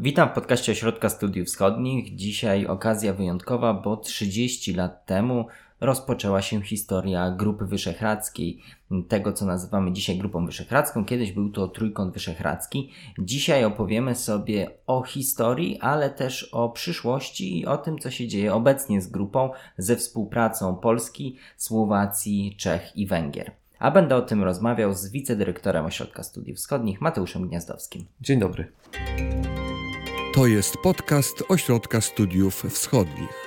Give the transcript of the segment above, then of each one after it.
Witam w podcaście Ośrodka Studiów Wschodnich. Dzisiaj okazja wyjątkowa, bo 30 lat temu rozpoczęła się historia Grupy Wyszehradzkiej, tego co nazywamy dzisiaj Grupą Wyszehradzką. Kiedyś był to Trójkąt Wyszehradzki. Dzisiaj opowiemy sobie o historii, ale też o przyszłości i o tym, co się dzieje obecnie z grupą, ze współpracą Polski, Słowacji, Czech i Węgier. A będę o tym rozmawiał z wicedyrektorem Ośrodka Studiów Wschodnich, Mateuszem Gniazdowskim. Dzień dobry. To jest podcast Ośrodka Studiów Wschodnich.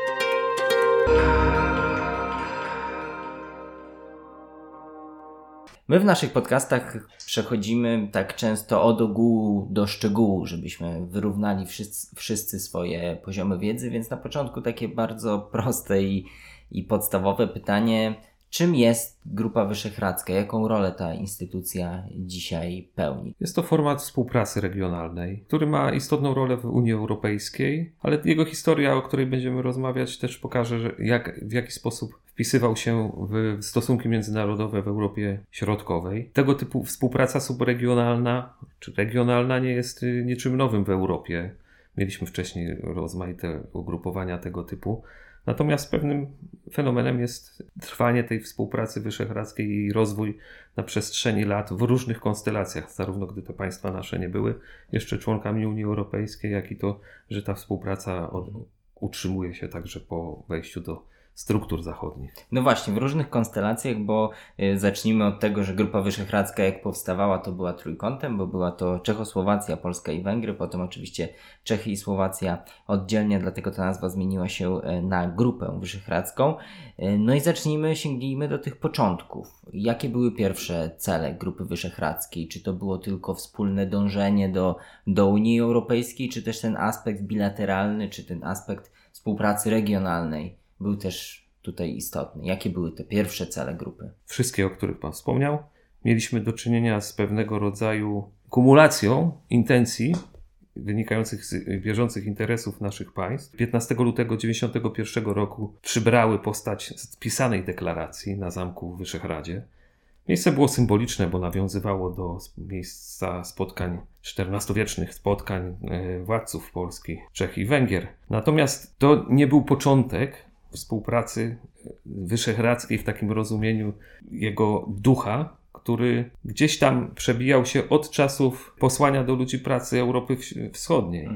My w naszych podcastach przechodzimy tak często od ogółu do szczegółu, żebyśmy wyrównali wszyscy swoje poziomy wiedzy, więc na początku takie bardzo proste i podstawowe pytanie: czym jest Grupa Wyszehradzka? Jaką rolę ta instytucja dzisiaj pełni? Jest to format współpracy regionalnej, który ma istotną rolę w Unii Europejskiej, ale jego historia, o której będziemy rozmawiać, też pokaże, w jaki sposób wpisywał się w stosunki międzynarodowe w Europie Środkowej. Tego typu współpraca subregionalna czy regionalna nie jest niczym nowym w Europie. Mieliśmy wcześniej rozmaite ugrupowania tego typu. Natomiast pewnym fenomenem jest trwanie tej współpracy wyszehradzkiej i rozwój na przestrzeni lat w różnych konstelacjach, zarówno gdy te państwa nasze nie były jeszcze członkami Unii Europejskiej, jak i to, że ta współpraca utrzymuje się także po wejściu do struktur zachodnich. No właśnie, w różnych konstelacjach, bo zacznijmy od tego, że Grupa Wyszehradzka jak powstawała, to była trójkątem, bo była to Czechosłowacja, Polska i Węgry, potem oczywiście Czechy i Słowacja oddzielnie, dlatego ta nazwa zmieniła się na Grupę Wyszehradzką. No i sięgnijmy do tych początków. Jakie były pierwsze cele Grupy Wyszehradzkiej? Czy to było tylko wspólne dążenie do Unii Europejskiej, czy też ten aspekt bilateralny, czy ten aspekt współpracy regionalnej był też tutaj istotny? Jakie były te pierwsze cele grupy? Wszystkie, o których Pan wspomniał. Mieliśmy do czynienia z pewnego rodzaju kumulacją intencji wynikających z bieżących interesów naszych państw. 15 lutego 1991 roku przybrały postać spisanej deklaracji na zamku w Wyszehradzie. Miejsce było symboliczne, bo nawiązywało do miejsca spotkań, XIV-wiecznych spotkań władców Polski, Czech i Węgier. Natomiast to nie był początek współpracy wyszehradzkiej w takim rozumieniu jego ducha, który gdzieś tam przebijał się od czasów posłania do ludzi pracy Europy Wschodniej.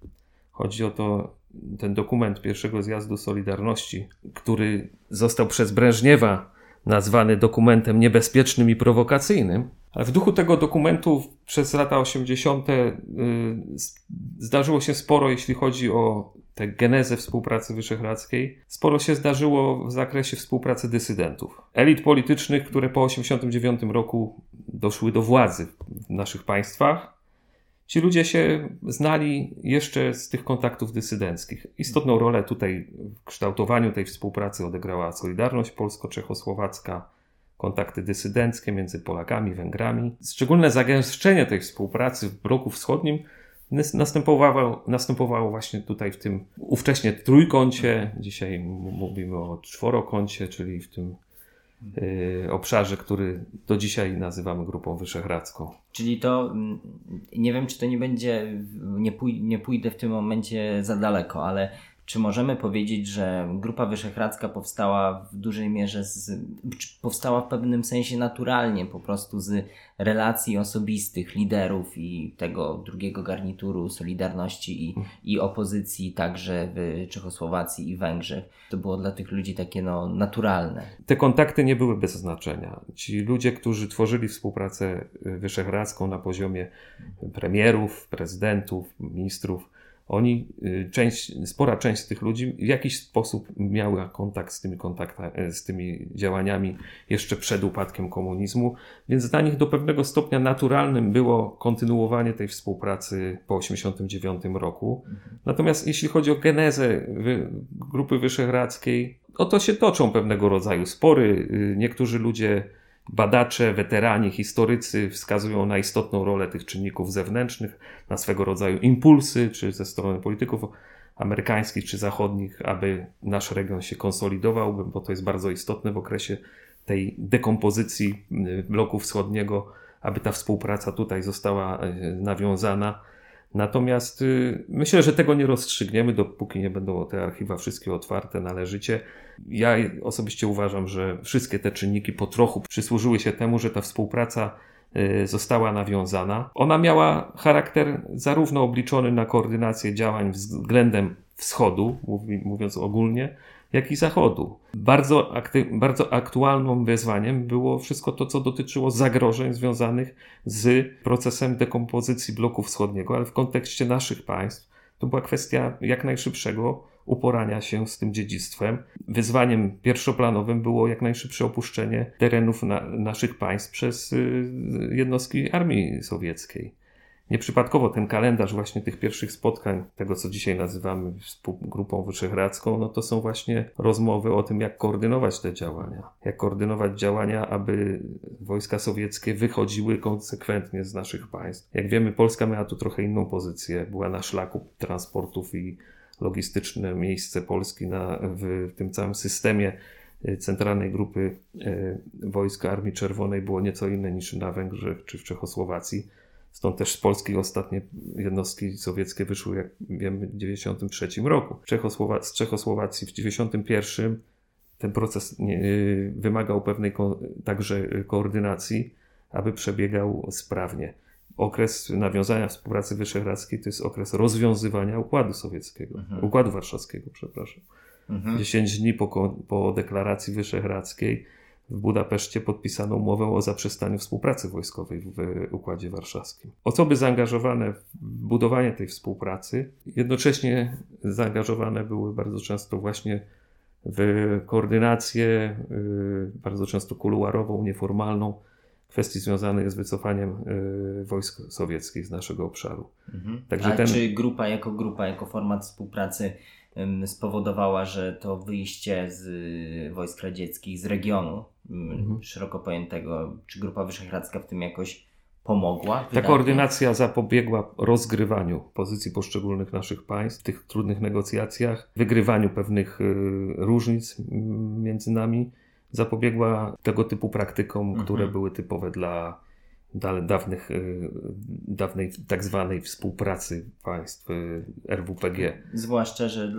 Chodzi o ten dokument pierwszego zjazdu Solidarności, który został przez Breżniewa nazwany dokumentem niebezpiecznym i prowokacyjnym. Ale w duchu tego dokumentu przez lata 80. Zdarzyło się sporo, jeśli chodzi o tę genezę współpracy wyszehradzkiej. Sporo się zdarzyło w zakresie współpracy dysydentów. Elit politycznych, które po 89 roku doszły do władzy w naszych państwach. Ci ludzie się znali jeszcze z tych kontaktów dysydenckich. Istotną rolę tutaj w kształtowaniu tej współpracy odegrała Solidarność polsko-czechosłowacka, kontakty dysydenckie między Polakami, Węgrami. Szczególne zagęszczenie tej współpracy w bloku wschodnim następowało właśnie tutaj w tym ówcześnie trójkącie. Dzisiaj mówimy o czworokącie, czyli w tym obszarze, który do dzisiaj nazywamy Grupą Wyszehradzką. Czyli to, nie wiem, czy to nie będzie, nie pójdę w tym momencie za daleko, ale czy możemy powiedzieć, że Grupa Wyszehradzka powstała w dużej mierze, powstała w pewnym sensie naturalnie, po prostu z relacji osobistych liderów i tego drugiego garnituru Solidarności i opozycji także w Czechosłowacji i Węgrzech? To było dla tych ludzi takie naturalne. Te kontakty nie były bez znaczenia. Ci ludzie, którzy tworzyli współpracę wyszehradzką na poziomie premierów, prezydentów, ministrów, spora część z tych ludzi w jakiś sposób miała kontakt z tymi działaniami jeszcze przed upadkiem komunizmu, więc dla nich do pewnego stopnia naturalnym było kontynuowanie tej współpracy po 1989 roku. Natomiast jeśli chodzi o genezę Grupy Wyszehradzkiej, to się toczą pewnego rodzaju spory. Niektórzy ludzie, badacze, weterani, historycy wskazują na istotną rolę tych czynników zewnętrznych, na swego rodzaju impulsy, czy ze strony polityków amerykańskich czy zachodnich, aby nasz region się konsolidował, bo to jest bardzo istotne w okresie tej dekompozycji bloku wschodniego, aby ta współpraca tutaj została nawiązana. Natomiast myślę, że tego nie rozstrzygniemy, dopóki nie będą te archiwa wszystkie otwarte należycie. Ja osobiście uważam, że wszystkie te czynniki po trochu przysłużyły się temu, że ta współpraca została nawiązana. Ona miała charakter zarówno obliczony na koordynację działań względem wschodu, mówiąc ogólnie, jak i zachodu. Bardzo aktualnym wyzwaniem było wszystko to, co dotyczyło zagrożeń związanych z procesem dekompozycji bloku wschodniego, ale w kontekście naszych państw to była kwestia jak najszybszego uporania się z tym dziedzictwem. Wyzwaniem pierwszoplanowym było jak najszybsze opuszczenie terenów naszych państw przez jednostki armii sowieckiej. Nieprzypadkowo ten kalendarz właśnie tych pierwszych spotkań, tego co dzisiaj nazywamy Grupą Wyszehradzką, no to są właśnie rozmowy o tym, jak koordynować te działania. Jak koordynować działania, aby wojska sowieckie wychodziły konsekwentnie z naszych państw. Jak wiemy, Polska miała tu trochę inną pozycję. Była na szlaku transportów i logistyczne miejsce Polski w tym całym systemie Centralnej Grupy Wojsk Armii Czerwonej było nieco inne niż na Węgrzech czy w Czechosłowacji. Stąd też z Polski ostatnie jednostki sowieckie wyszły, jak wiemy, w 1993 roku. Z Czechosłowacji w 1991 ten proces wymagał pewnej także koordynacji, aby przebiegał sprawnie. Okres nawiązania współpracy wyszehradzkiej to jest okres rozwiązywania Układu Warszawskiego, przepraszam. 10 dni po deklaracji wyszehradzkiej w Budapeszcie podpisano umowę o zaprzestaniu współpracy wojskowej w Układzie Warszawskim. Osoby zaangażowane w budowanie tej współpracy jednocześnie zaangażowane były bardzo często właśnie w koordynację, bardzo często kuluarową, nieformalną, kwestii związanych z wycofaniem wojsk sowieckich z naszego obszaru. Także czy grupa, jako format współpracy spowodowała, że to wyjście z wojsk radzieckich z regionu szeroko pojętego, czy Grupa Wyszehradzka w tym jakoś pomogła? Ta koordynacja zapobiegła rozgrywaniu pozycji poszczególnych naszych państw w tych trudnych negocjacjach, wygrywaniu pewnych różnic między nami, zapobiegła tego typu praktykom, które były typowe dla dawnej tak zwanej współpracy państw RWPG. Zwłaszcza, że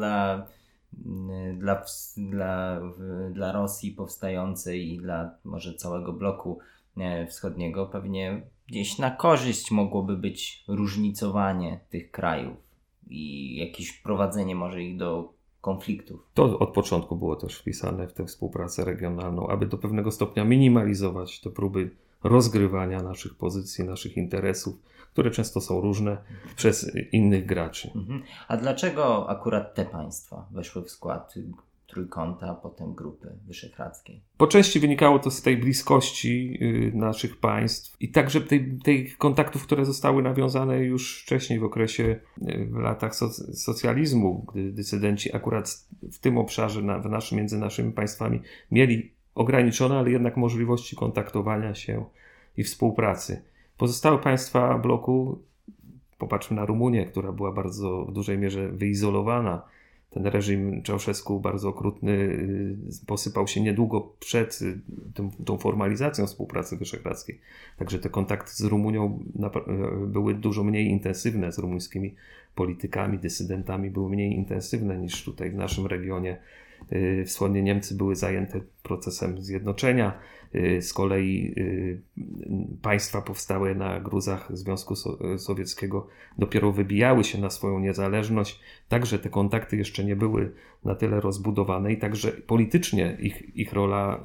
dla Rosji powstającej i dla może całego bloku wschodniego pewnie gdzieś na korzyść mogłoby być różnicowanie tych krajów i jakieś prowadzenie może ich do konfliktów. To od początku było też wpisane w tę współpracę regionalną, aby do pewnego stopnia minimalizować te próby rozgrywania naszych pozycji, naszych interesów, które często są różne przez innych graczy. A dlaczego akurat te państwa weszły w skład Trójkąta, a potem Grupy Wyszehradzkiej? Po części wynikało to z tej bliskości naszych państw i także tych kontaktów, które zostały nawiązane już wcześniej w latach socjalizmu, gdy dysydenci akurat w tym obszarze między naszymi państwami mieli ograniczone, ale jednak możliwości kontaktowania się i współpracy. Pozostałe państwa bloku, popatrzmy na Rumunię, która była bardzo w dużej mierze wyizolowana. Ten reżim Ceausescu bardzo okrutny posypał się niedługo przed tą formalizacją współpracy wyszehradzkiej. Także te kontakty z Rumunią były dużo mniej intensywne, z rumuńskimi politykami, dysydentami były mniej intensywne niż tutaj w naszym regionie. Wschodnie Niemcy były zajęte procesem zjednoczenia. Z kolei państwa powstałe na gruzach Związku Sowieckiego dopiero wybijały się na swoją niezależność. Także te kontakty jeszcze nie były na tyle rozbudowane i także politycznie ich rola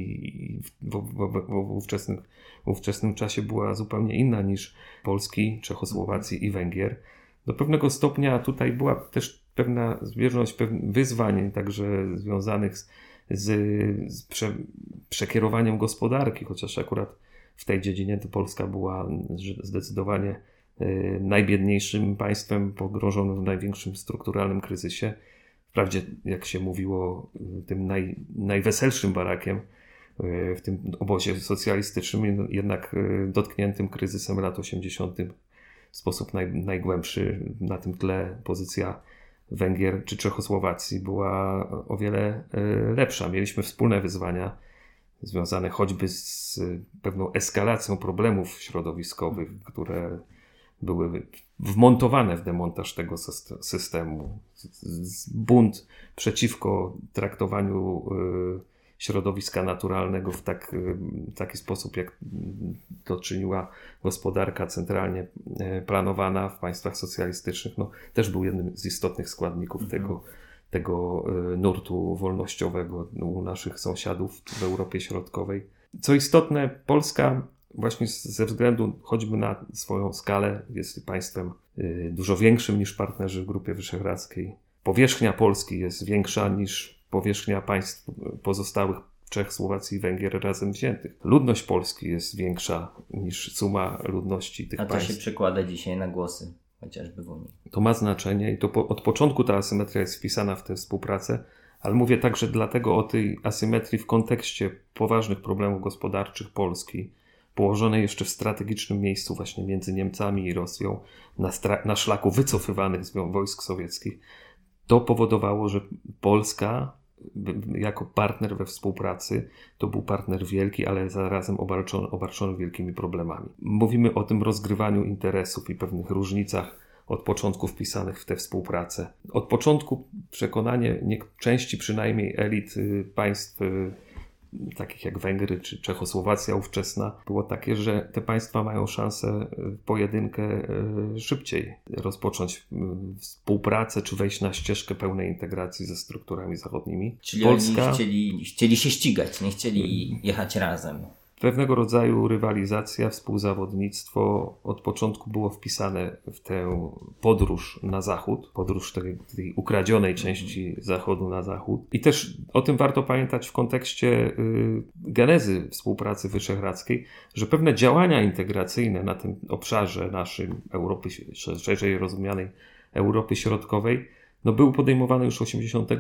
w ówczesnym czasie była zupełnie inna niż Polski, Czechosłowacji i Węgier. Do pewnego stopnia tutaj była też pewna zbieżność wyzwań, także związanych z przekierowaniem gospodarki, chociaż akurat w tej dziedzinie to Polska była zdecydowanie najbiedniejszym państwem pogrążonym w największym strukturalnym kryzysie. Wprawdzie, jak się mówiło, tym najweselszym barakiem w tym obozie socjalistycznym, jednak dotkniętym kryzysem lat 80. w sposób najgłębszy. Na tym tle pozycja Węgier czy Czechosłowacji była o wiele lepsza. Mieliśmy wspólne wyzwania związane choćby z pewną eskalacją problemów środowiskowych, które były wmontowane w demontaż tego systemu. Bunt przeciwko traktowaniu środowiska naturalnego w taki sposób, jak to czyniła gospodarka centralnie planowana w państwach socjalistycznych, no, też był jednym z istotnych składników tego nurtu wolnościowego u naszych sąsiadów w Europie Środkowej. Co istotne, Polska właśnie ze względu choćby na swoją skalę jest państwem dużo większym niż partnerzy w Grupie Wyszehradzkiej. Powierzchnia Polski jest większa niż powierzchnia państw pozostałych Czech, Słowacji i Węgier razem wziętych. Ludność Polski jest większa niż suma ludności tych państw. A to się przekłada dzisiaj na głosy, chociażby w Unii. To ma znaczenie i to od początku ta asymetria jest wpisana w tę współpracę, ale mówię także dlatego o tej asymetrii w kontekście poważnych problemów gospodarczych Polski, położonej jeszcze w strategicznym miejscu właśnie między Niemcami i Rosją, na szlaku wycofywanych wojsk sowieckich. To powodowało, że Polska jako partner we współpracy to był partner wielki, ale zarazem obarczony wielkimi problemami. Mówimy o tym rozgrywaniu interesów i pewnych różnicach od początku wpisanych w tę współpracę. Od początku przekonanie części przynajmniej elit państw takich jak Węgry czy Czechosłowacja ówczesna było takie, że te państwa mają szansę pojedynkę szybciej rozpocząć współpracę czy wejść na ścieżkę pełnej integracji ze strukturami zachodnimi. Czyli Polska... oni chcieli się ścigać, nie chcieli jechać razem. Pewnego rodzaju rywalizacja, współzawodnictwo od początku było wpisane w tę podróż na zachód, podróż tej ukradzionej części zachodu na zachód. I też o tym warto pamiętać w kontekście genezy współpracy wyszehradzkiej, że pewne działania integracyjne na tym obszarze naszym Europy, szerzej rozumianej Europy Środkowej, były podejmowane już od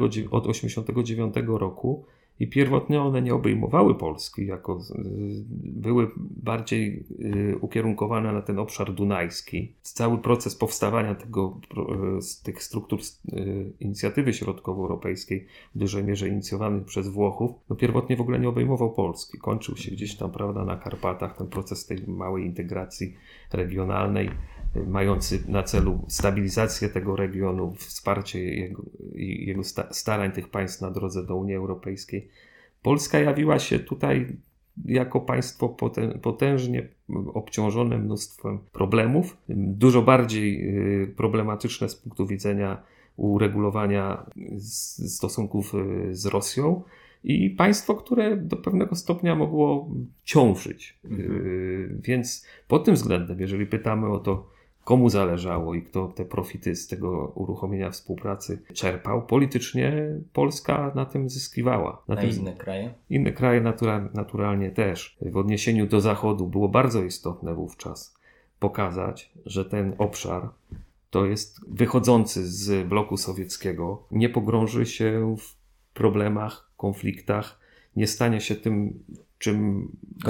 1989 roku. I pierwotnie one nie obejmowały Polski, były bardziej ukierunkowane na ten obszar dunajski. Cały proces powstawania tych struktur inicjatywy środkowoeuropejskiej, w dużej mierze inicjowanych przez Włochów, pierwotnie w ogóle nie obejmował Polski. Kończył się gdzieś tam, prawda, na Karpatach, ten proces tej małej integracji regionalnej, mający na celu stabilizację tego regionu, wsparcie jego starań tych państw na drodze do Unii Europejskiej. Polska jawiła się tutaj jako państwo potężnie obciążone mnóstwem problemów, dużo bardziej problematyczne z punktu widzenia uregulowania stosunków z Rosją i państwo, które do pewnego stopnia mogło ciążyć. Więc pod tym względem, jeżeli pytamy o to, komu zależało i kto te profity z tego uruchomienia współpracy czerpał, politycznie Polska na tym zyskiwała. Inne kraje? Inne kraje naturalnie też. W odniesieniu do Zachodu było bardzo istotne wówczas pokazać, że ten obszar to jest wychodzący z bloku sowieckiego, nie pogrąży się w problemach, konfliktach, nie stanie się tym, o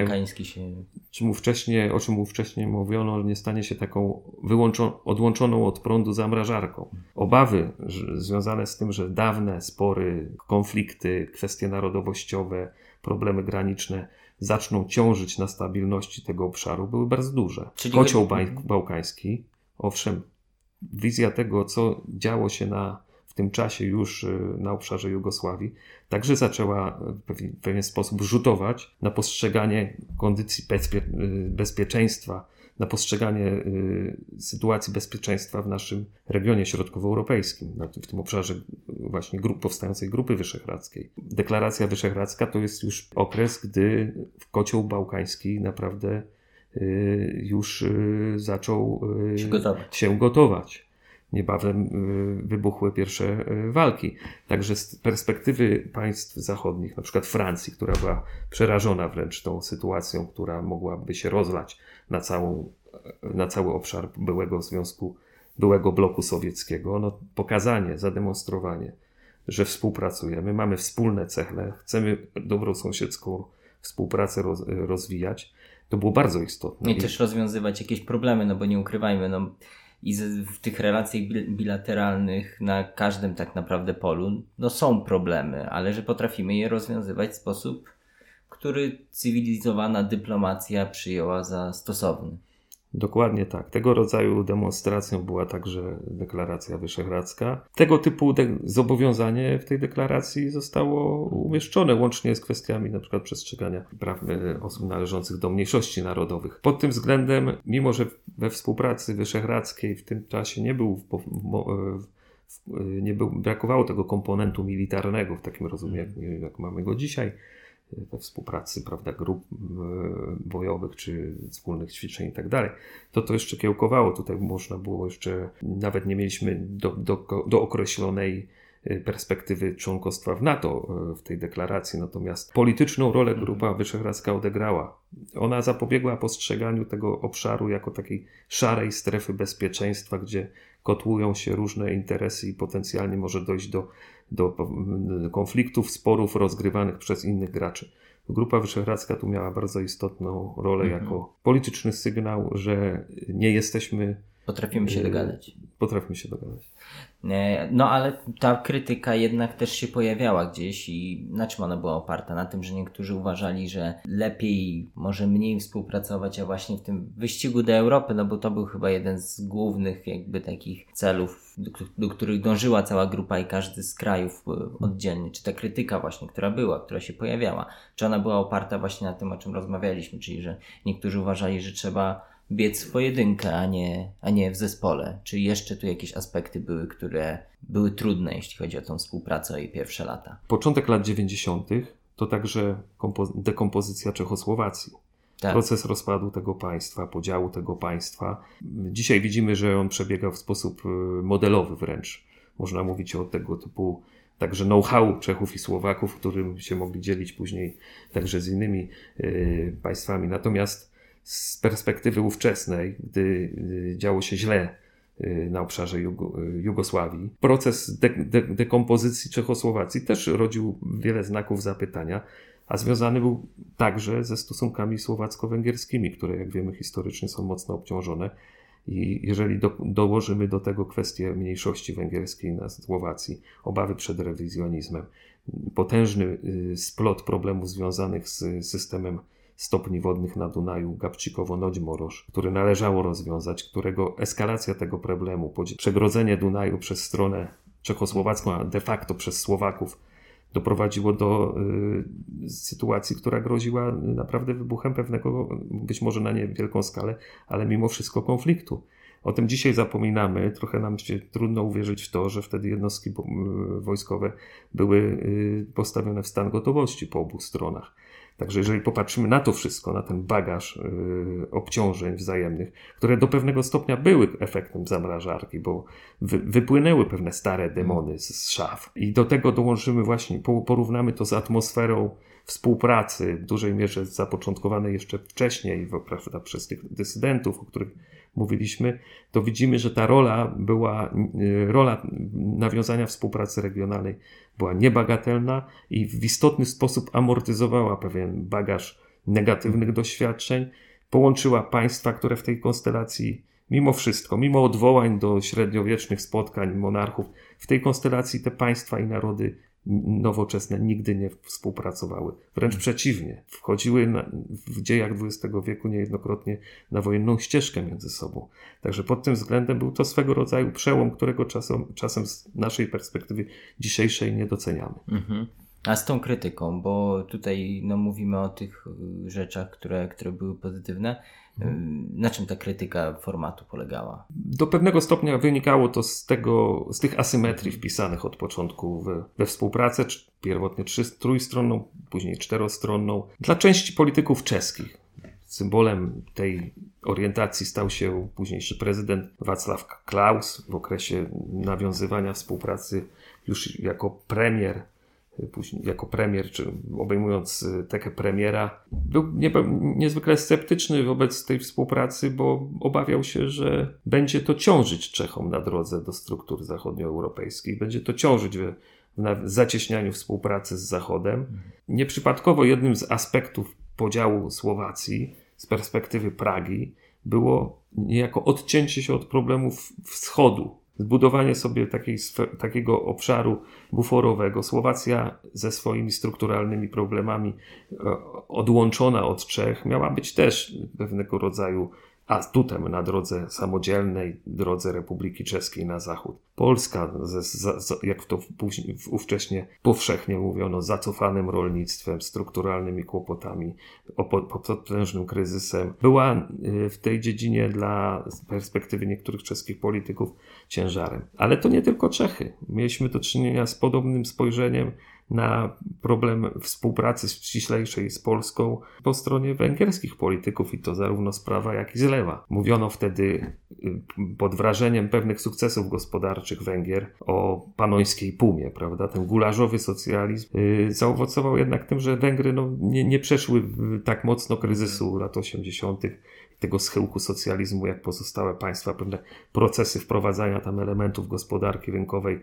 czym mu wcześniej mówiono, nie stanie się taką odłączoną od prądu zamrażarką. Obawy związane z tym, że dawne spory, konflikty, kwestie narodowościowe, problemy graniczne zaczną ciążyć na stabilności tego obszaru, były bardzo duże. Kocioł bałkański, owszem, wizja tego, co działo się w tym czasie już na obszarze Jugosławii, także zaczęła w pewien sposób rzutować na postrzeganie kondycji bezpieczeństwa, na postrzeganie sytuacji bezpieczeństwa w naszym regionie środkowoeuropejskim, w tym obszarze właśnie powstającej Grupy Wyszehradzkiej. Deklaracja Wyszehradzka to jest już okres, gdy kocioł bałkański naprawdę już zaczął się gotować. Niebawem wybuchły pierwsze walki. Także z perspektywy państw zachodnich, na przykład Francji, która była przerażona wręcz tą sytuacją, która mogłaby się rozlać na cały obszar byłego bloku sowieckiego, pokazanie, zademonstrowanie, że współpracujemy, mamy wspólne cele, chcemy dobrą sąsiedzką współpracę rozwijać, to było bardzo istotne. I też rozwiązywać jakieś problemy, bo nie ukrywajmy, i w tych relacjach bilateralnych na każdym tak naprawdę polu są problemy, ale że potrafimy je rozwiązywać w sposób, który cywilizowana dyplomacja przyjęła za stosowny. Dokładnie tak. Tego rodzaju demonstracją była także deklaracja wyszehradzka. Tego typu zobowiązanie w tej deklaracji zostało umieszczone łącznie z kwestiami na przykład przestrzegania praw osób należących do mniejszości narodowych. Pod tym względem, mimo że we współpracy wyszehradzkiej w tym czasie brakowało tego komponentu militarnego w takim rozumieniu, jak mamy go dzisiaj, we współpracy, prawda, grup bojowych czy wspólnych ćwiczeń i tak dalej, to jeszcze kiełkowało. Tutaj można było jeszcze, nawet nie mieliśmy do określonej perspektywy członkostwa w NATO w tej deklaracji, natomiast polityczną rolę Grupa Wyszehradzka odegrała. Ona zapobiegła postrzeganiu tego obszaru jako takiej szarej strefy bezpieczeństwa, gdzie kotłują się różne interesy i potencjalnie może dojść do konfliktów, sporów rozgrywanych przez innych graczy. Grupa Wyszehradzka tu miała bardzo istotną rolę jako polityczny sygnał, że nie jesteśmy... Potrafimy się dogadać. Potrafimy się dogadać. No ale ta krytyka jednak też się pojawiała gdzieś i na czym ona była oparta? Na tym, że niektórzy uważali, że lepiej, może mniej współpracować, a właśnie w tym wyścigu do Europy, no bo to był chyba jeden z głównych jakby takich celów, do których dążyła cała grupa i każdy z krajów oddzielnie. Czy ta krytyka właśnie, która się pojawiała, czy ona była oparta właśnie na tym, o czym rozmawialiśmy, czyli że niektórzy uważali, że trzeba biec w pojedynkę, a nie w zespole. Czy jeszcze tu jakieś aspekty były, które były trudne, jeśli chodzi o tą współpracę i pierwsze lata? Początek lat 90. to także dekompozycja Czechosłowacji. Tak. Proces rozpadu tego państwa, podziału tego państwa. Dzisiaj widzimy, że on przebiegał w sposób modelowy wręcz. Można mówić o tego typu także know-how Czechów i Słowaków, którym się mogli dzielić później także z innymi państwami. Natomiast z perspektywy ówczesnej, gdy działo się źle na obszarze Jugosławii, proces dekompozycji Czechosłowacji też rodził wiele znaków zapytania, a związany był także ze stosunkami słowacko-węgierskimi, które, jak wiemy, historycznie są mocno obciążone. I jeżeli dołożymy do tego kwestię mniejszości węgierskiej na Słowacji, obawy przed rewizjonizmem, potężny splot problemów związanych z systemem stopni wodnych na Dunaju, Gabčíkovo-Noď-Morož, który należało rozwiązać, którego eskalacja tego problemu, przegrodzenie Dunaju przez stronę czechosłowacką, a de facto przez Słowaków, doprowadziło do sytuacji, która groziła naprawdę wybuchem pewnego, być może na niewielką skalę, ale mimo wszystko konfliktu. O tym dzisiaj zapominamy. Trochę nam się trudno uwierzyć w to, że wtedy jednostki wojskowe były postawione w stan gotowości po obu stronach. Także jeżeli popatrzymy na to wszystko, na ten bagaż obciążeń wzajemnych, które do pewnego stopnia były efektem zamrażarki, bo wypłynęły pewne stare demony z szaf. I do tego dołączymy właśnie, porównamy to z atmosferą współpracy, w dużej mierze zapoczątkowanej jeszcze wcześniej, prawda, przez tych dysydentów, o których mówiliśmy, to widzimy, że ta rola nawiązania współpracy regionalnej była niebagatelna i w istotny sposób amortyzowała pewien bagaż negatywnych doświadczeń, połączyła państwa, które w tej konstelacji mimo wszystko, mimo odwołań do średniowiecznych spotkań monarchów, w tej konstelacji te państwa i narody nowoczesne nigdy nie współpracowały. Wręcz przeciwnie. Wchodziły w dziejach XX wieku niejednokrotnie na wojenną ścieżkę między sobą. Także pod tym względem był to swego rodzaju przełom, którego czasem z naszej perspektywy dzisiejszej nie doceniamy. Mhm. A z tą krytyką, bo tutaj mówimy o tych rzeczach, które były pozytywne. Na czym ta krytyka formatu polegała? Do pewnego stopnia wynikało to z tych asymetrii wpisanych od początku we współpracę, pierwotnie trójstronną, później czterostronną. Dla części polityków czeskich symbolem tej orientacji stał się późniejszy prezydent Václav Klaus w okresie nawiązywania współpracy już jako premier, czy obejmując tekę premiera, był niezwykle sceptyczny wobec tej współpracy, bo obawiał się, że będzie to ciążyć Czechom na drodze do struktur zachodnioeuropejskich, będzie to ciążyć w zacieśnianiu współpracy z Zachodem. Nieprzypadkowo jednym z aspektów podziału Słowacji z perspektywy Pragi było niejako odcięcie się od problemów wschodu, zbudowanie sobie takiego obszaru buforowego. Słowacja ze swoimi strukturalnymi problemami odłączona od Czech miała być też pewnego rodzaju atutem na drodze samodzielnej, drodze Republiki Czeskiej na zachód. Polska, jak to ówcześnie powszechnie mówiono, zacofanym rolnictwem, strukturalnymi kłopotami, potężnym kryzysem, była w tej dziedzinie dla perspektywy niektórych czeskich polityków ciężarem. Ale to nie tylko Czechy. Mieliśmy do czynienia z podobnym spojrzeniem na problem współpracy ściślejszej z Polską po stronie węgierskich polityków i to zarówno z prawa, jak i z lewa. Mówiono wtedy pod wrażeniem pewnych sukcesów gospodarczych Węgier o panońskiej pumie, prawda? Ten gulaszowy socjalizm zaowocował jednak tym, że Węgry nie przeszły tak mocno kryzysu lat 80., tego schyłku socjalizmu, jak pozostałe państwa. Pewne procesy wprowadzania tam elementów gospodarki rynkowej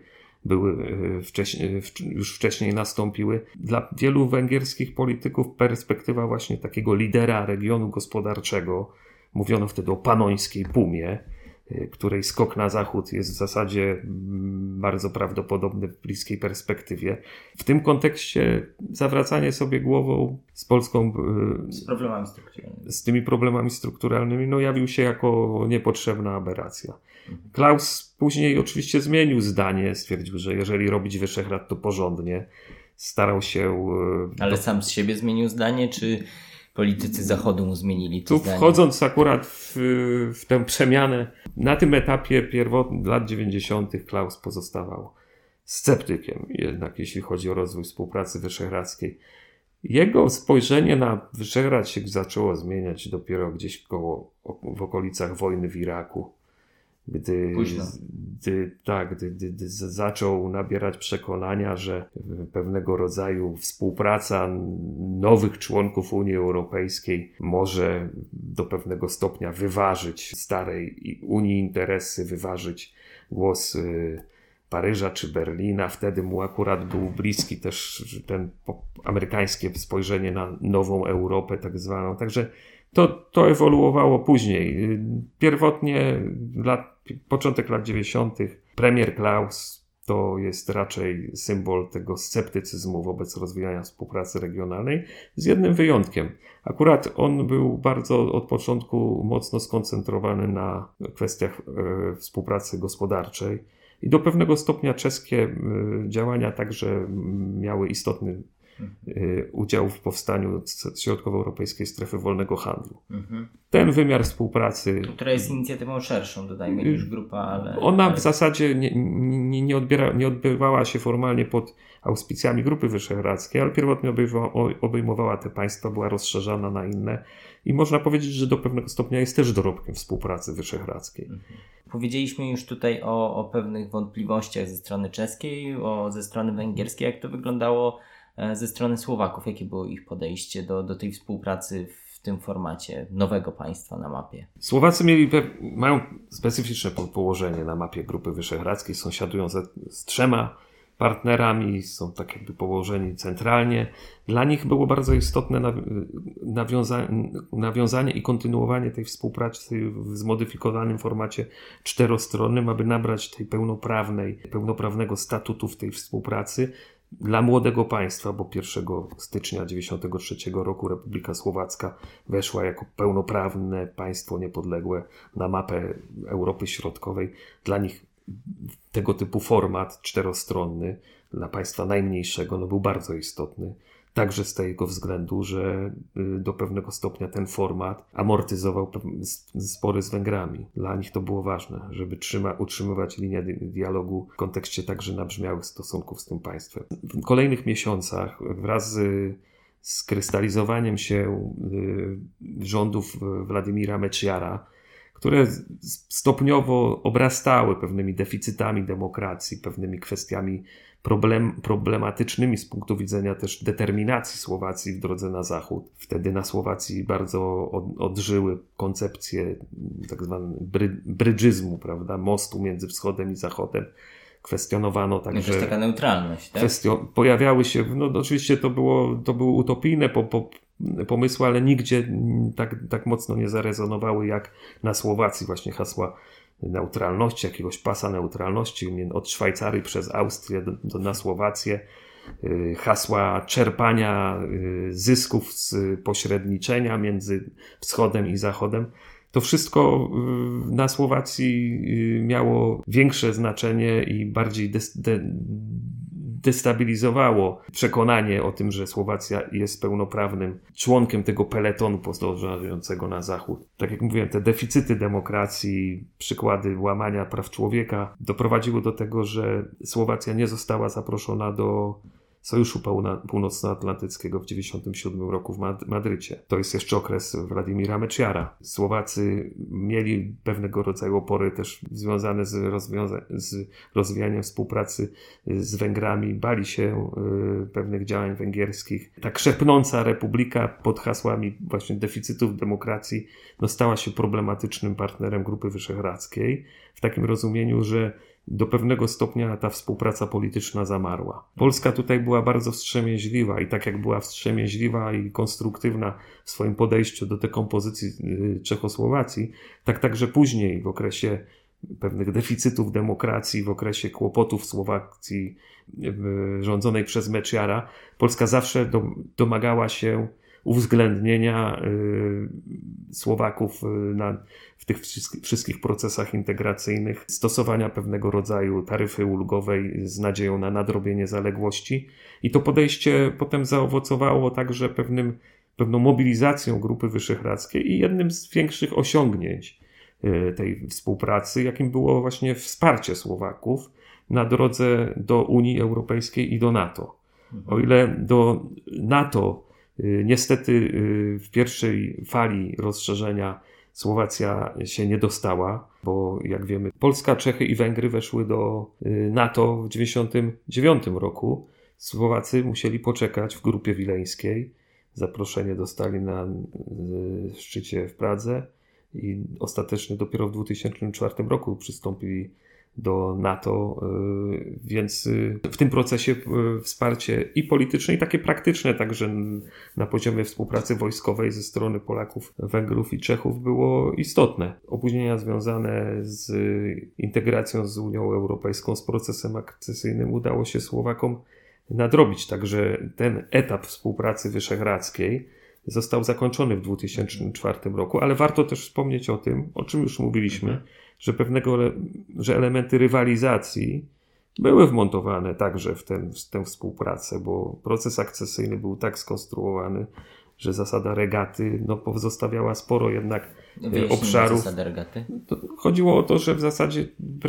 już wcześniej nastąpiły. Dla wielu węgierskich polityków perspektywa właśnie takiego lidera regionu gospodarczego, mówiono wtedy o panońskiej pumie, której skok na zachód jest w zasadzie bardzo prawdopodobny w bliskiej perspektywie. W tym kontekście zawracanie sobie głową z Polską z tymi problemami strukturalnymi jawił się jako niepotrzebna aberracja. Klaus później oczywiście zmienił zdanie, stwierdził, że jeżeli robić Wyszehrad, to porządnie. Starał się... Ale sam z siebie zmienił zdanie, czy politycy Zachodu mu zmienili to zdanie? Wchodząc akurat w tę przemianę, na tym etapie lat 90. Klaus pozostawał sceptykiem, jednak jeśli chodzi o rozwój współpracy wyszehradzkiej. Jego spojrzenie na Wyszehrad się zaczęło zmieniać dopiero gdzieś w okolicach wojny w Iraku. Gdy zaczął nabierać przekonania, że pewnego rodzaju współpraca nowych członków Unii Europejskiej może do pewnego stopnia wyważyć starej Unii interesy, wyważyć głos Paryża czy Berlina. Wtedy mu akurat był bliski też ten amerykańskie spojrzenie na nową Europę tak zwaną. Także to ewoluowało później. Pierwotnie początek lat 90. premier Klaus to jest raczej symbol tego sceptycyzmu wobec rozwijania współpracy regionalnej, z jednym wyjątkiem. Akurat on był bardzo od początku mocno skoncentrowany na kwestiach współpracy gospodarczej i do pewnego stopnia czeskie działania także miały istotny udział w powstaniu Środkowoeuropejskiej Strefy Wolnego Handlu. Ten wymiar współpracy... Która jest inicjatywą szerszą, dodajmy, niż grupa, ale... Ona w zasadzie nie odbywała się formalnie pod auspicjami Grupy Wyszehradzkiej, ale pierwotnie obejmowała te państwa, była rozszerzana na inne i można powiedzieć, że do pewnego stopnia jest też dorobkiem współpracy wyszehradzkiej. Powiedzieliśmy już tutaj o pewnych wątpliwościach ze strony czeskiej, ze strony węgierskiej. Jak to wyglądało ze strony Słowaków? Jakie było ich podejście do tej współpracy w tym formacie nowego państwa na mapie? Słowacy mają specyficzne położenie na mapie Grupy Wyszehradzkiej. Sąsiadują z 3 partnerami, są tak jakby położeni centralnie. Dla nich było bardzo istotne nawiązanie i kontynuowanie tej współpracy w zmodyfikowanym formacie 4-stronnym, aby nabrać tej pełnoprawnego statutu w tej współpracy. Dla młodego państwa, bo 1 stycznia 1993 roku Republika Słowacka weszła jako pełnoprawne państwo niepodległe na mapę Europy Środkowej. Dla nich tego typu format 4-stronny dla państwa najmniejszego był bardzo istotny. Także z tego względu, że do pewnego stopnia ten format amortyzował spory z Węgrami. Dla nich to było ważne, żeby utrzymywać linię dialogu w kontekście także nabrzmiałych stosunków z tym państwem. W kolejnych miesiącach wraz z krystalizowaniem się rządów Władimira Mečiara, które stopniowo obrastały pewnymi deficytami demokracji, pewnymi kwestiami problematycznymi z punktu widzenia też determinacji Słowacji w drodze na zachód. Wtedy na Słowacji bardzo odżyły koncepcje tak zwanego brydżyzmu, prawda, mostu między wschodem i zachodem. Kwestionowano także... To jest taka neutralność, tak? Pojawiały się, oczywiście to były utopijne pomysły, ale nigdzie tak mocno nie zarezonowały jak na Słowacji właśnie hasła neutralności, jakiegoś pasa neutralności od Szwajcarii przez Austrię na Słowację, hasła czerpania zysków z pośredniczenia między wschodem i zachodem. To wszystko na Słowacji miało większe znaczenie i bardziej destabilizowało przekonanie o tym, że Słowacja jest pełnoprawnym członkiem tego peletonu podążającego na zachód. Tak jak mówiłem, te deficyty demokracji, przykłady łamania praw człowieka doprowadziły do tego, że Słowacja nie została zaproszona do Sojuszu Północnoatlantyckiego w 1997 roku w Madrycie. To jest jeszcze okres Władimira Mečiara. Słowacy mieli pewnego rodzaju opory też związane z rozwijaniem współpracy z Węgrami. Bali się pewnych działań węgierskich. Ta krzepnąca republika pod hasłami właśnie deficytów demokracji stała się problematycznym partnerem Grupy Wyszehradzkiej w takim rozumieniu, że do pewnego stopnia ta współpraca polityczna zamarła. Polska tutaj była bardzo wstrzemięźliwa i tak jak była wstrzemięźliwa i konstruktywna w swoim podejściu do dekompozycji Czechosłowacji, tak także później w okresie pewnych deficytów demokracji, w okresie kłopotów Słowacji rządzonej przez Mečiara, Polska zawsze domagała się uwzględnienia Słowaków w tych wszystkich procesach integracyjnych, stosowania pewnego rodzaju taryfy ulgowej z nadzieją na nadrobienie zaległości. I to podejście potem zaowocowało także pewną mobilizacją Grupy Wyszehradzkiej i jednym z większych osiągnięć tej współpracy, jakim było właśnie wsparcie Słowaków na drodze do Unii Europejskiej i do NATO. O ile do NATO niestety w pierwszej fali rozszerzenia Słowacja się nie dostała, bo jak wiemy, Polska, Czechy i Węgry weszły do NATO w 1999 roku. Słowacy musieli poczekać w Grupie Wileńskiej. Zaproszenie dostali na szczycie w Pradze i ostatecznie dopiero w 2004 roku przystąpili do NATO, więc w tym procesie wsparcie i polityczne, i takie praktyczne, także na poziomie współpracy wojskowej ze strony Polaków, Węgrów i Czechów było istotne. Opóźnienia związane z integracją z Unią Europejską, z procesem akcesyjnym udało się Słowakom nadrobić, także ten etap współpracy wyszehradzkiej został zakończony w 2004 roku, ale warto też wspomnieć o tym, o czym już mówiliśmy, że elementy rywalizacji były wmontowane także w tę współpracę, bo proces akcesyjny był tak skonstruowany, że zasada regaty pozostawiała sporo jednak obszarów. Zasada regaty? Chodziło o to, że w zasadzie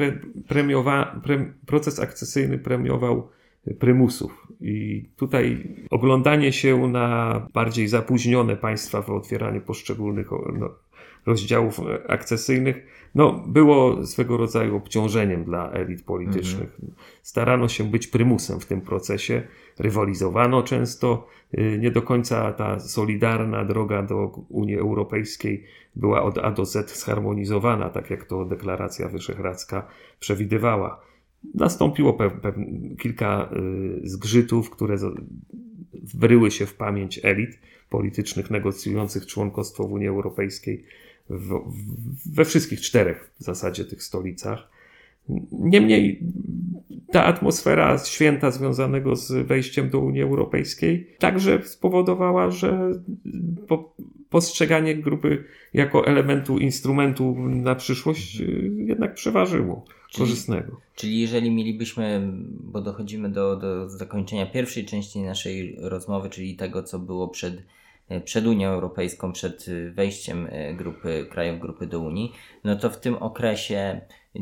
proces akcesyjny premiował prymusów. I tutaj oglądanie się na bardziej zapóźnione państwa w otwieraniu poszczególnych rozdziałów akcesyjnych było swego rodzaju obciążeniem dla elit politycznych. Starano się być prymusem w tym procesie, rywalizowano często, nie do końca ta solidarna droga do Unii Europejskiej była od A do Z zharmonizowana, tak jak to deklaracja wyszehradzka przewidywała. Nastąpiło kilka zgrzytów, które wryły się w pamięć elit politycznych negocjujących członkostwo w Unii Europejskiej we wszystkich 4 w zasadzie tych stolicach. Niemniej ta atmosfera święta związanego z wejściem do Unii Europejskiej także spowodowała, że postrzeganie grupy jako elementu, instrumentu na przyszłość jednak przeważyło. Korzystnego. Czyli jeżeli mielibyśmy, bo dochodzimy do zakończenia pierwszej części naszej rozmowy, czyli tego, co było przed Unią Europejską, przed wejściem krajów grupy do Unii, to w tym okresie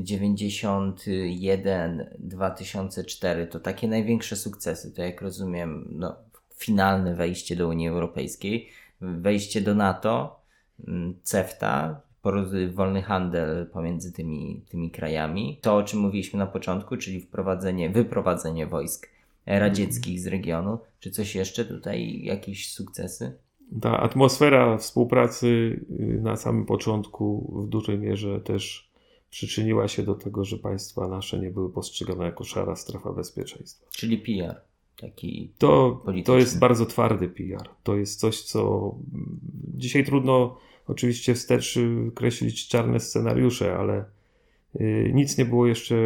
91-2004 to takie największe sukcesy, to jak rozumiem, finalne wejście do Unii Europejskiej, wejście do NATO, CEFTA, wolny handel pomiędzy tymi krajami. To, o czym mówiliśmy na początku, czyli wyprowadzenie wojsk radzieckich z regionu. Czy coś jeszcze tutaj, jakieś sukcesy? Ta atmosfera współpracy na samym początku w dużej mierze też przyczyniła się do tego, że państwa nasze nie były postrzegane jako szara strefa bezpieczeństwa. Czyli PR. Taki to jest bardzo twardy PR. To jest coś, co dzisiaj trudno oczywiście wstecz kreślić czarne scenariusze, ale nic nie było jeszcze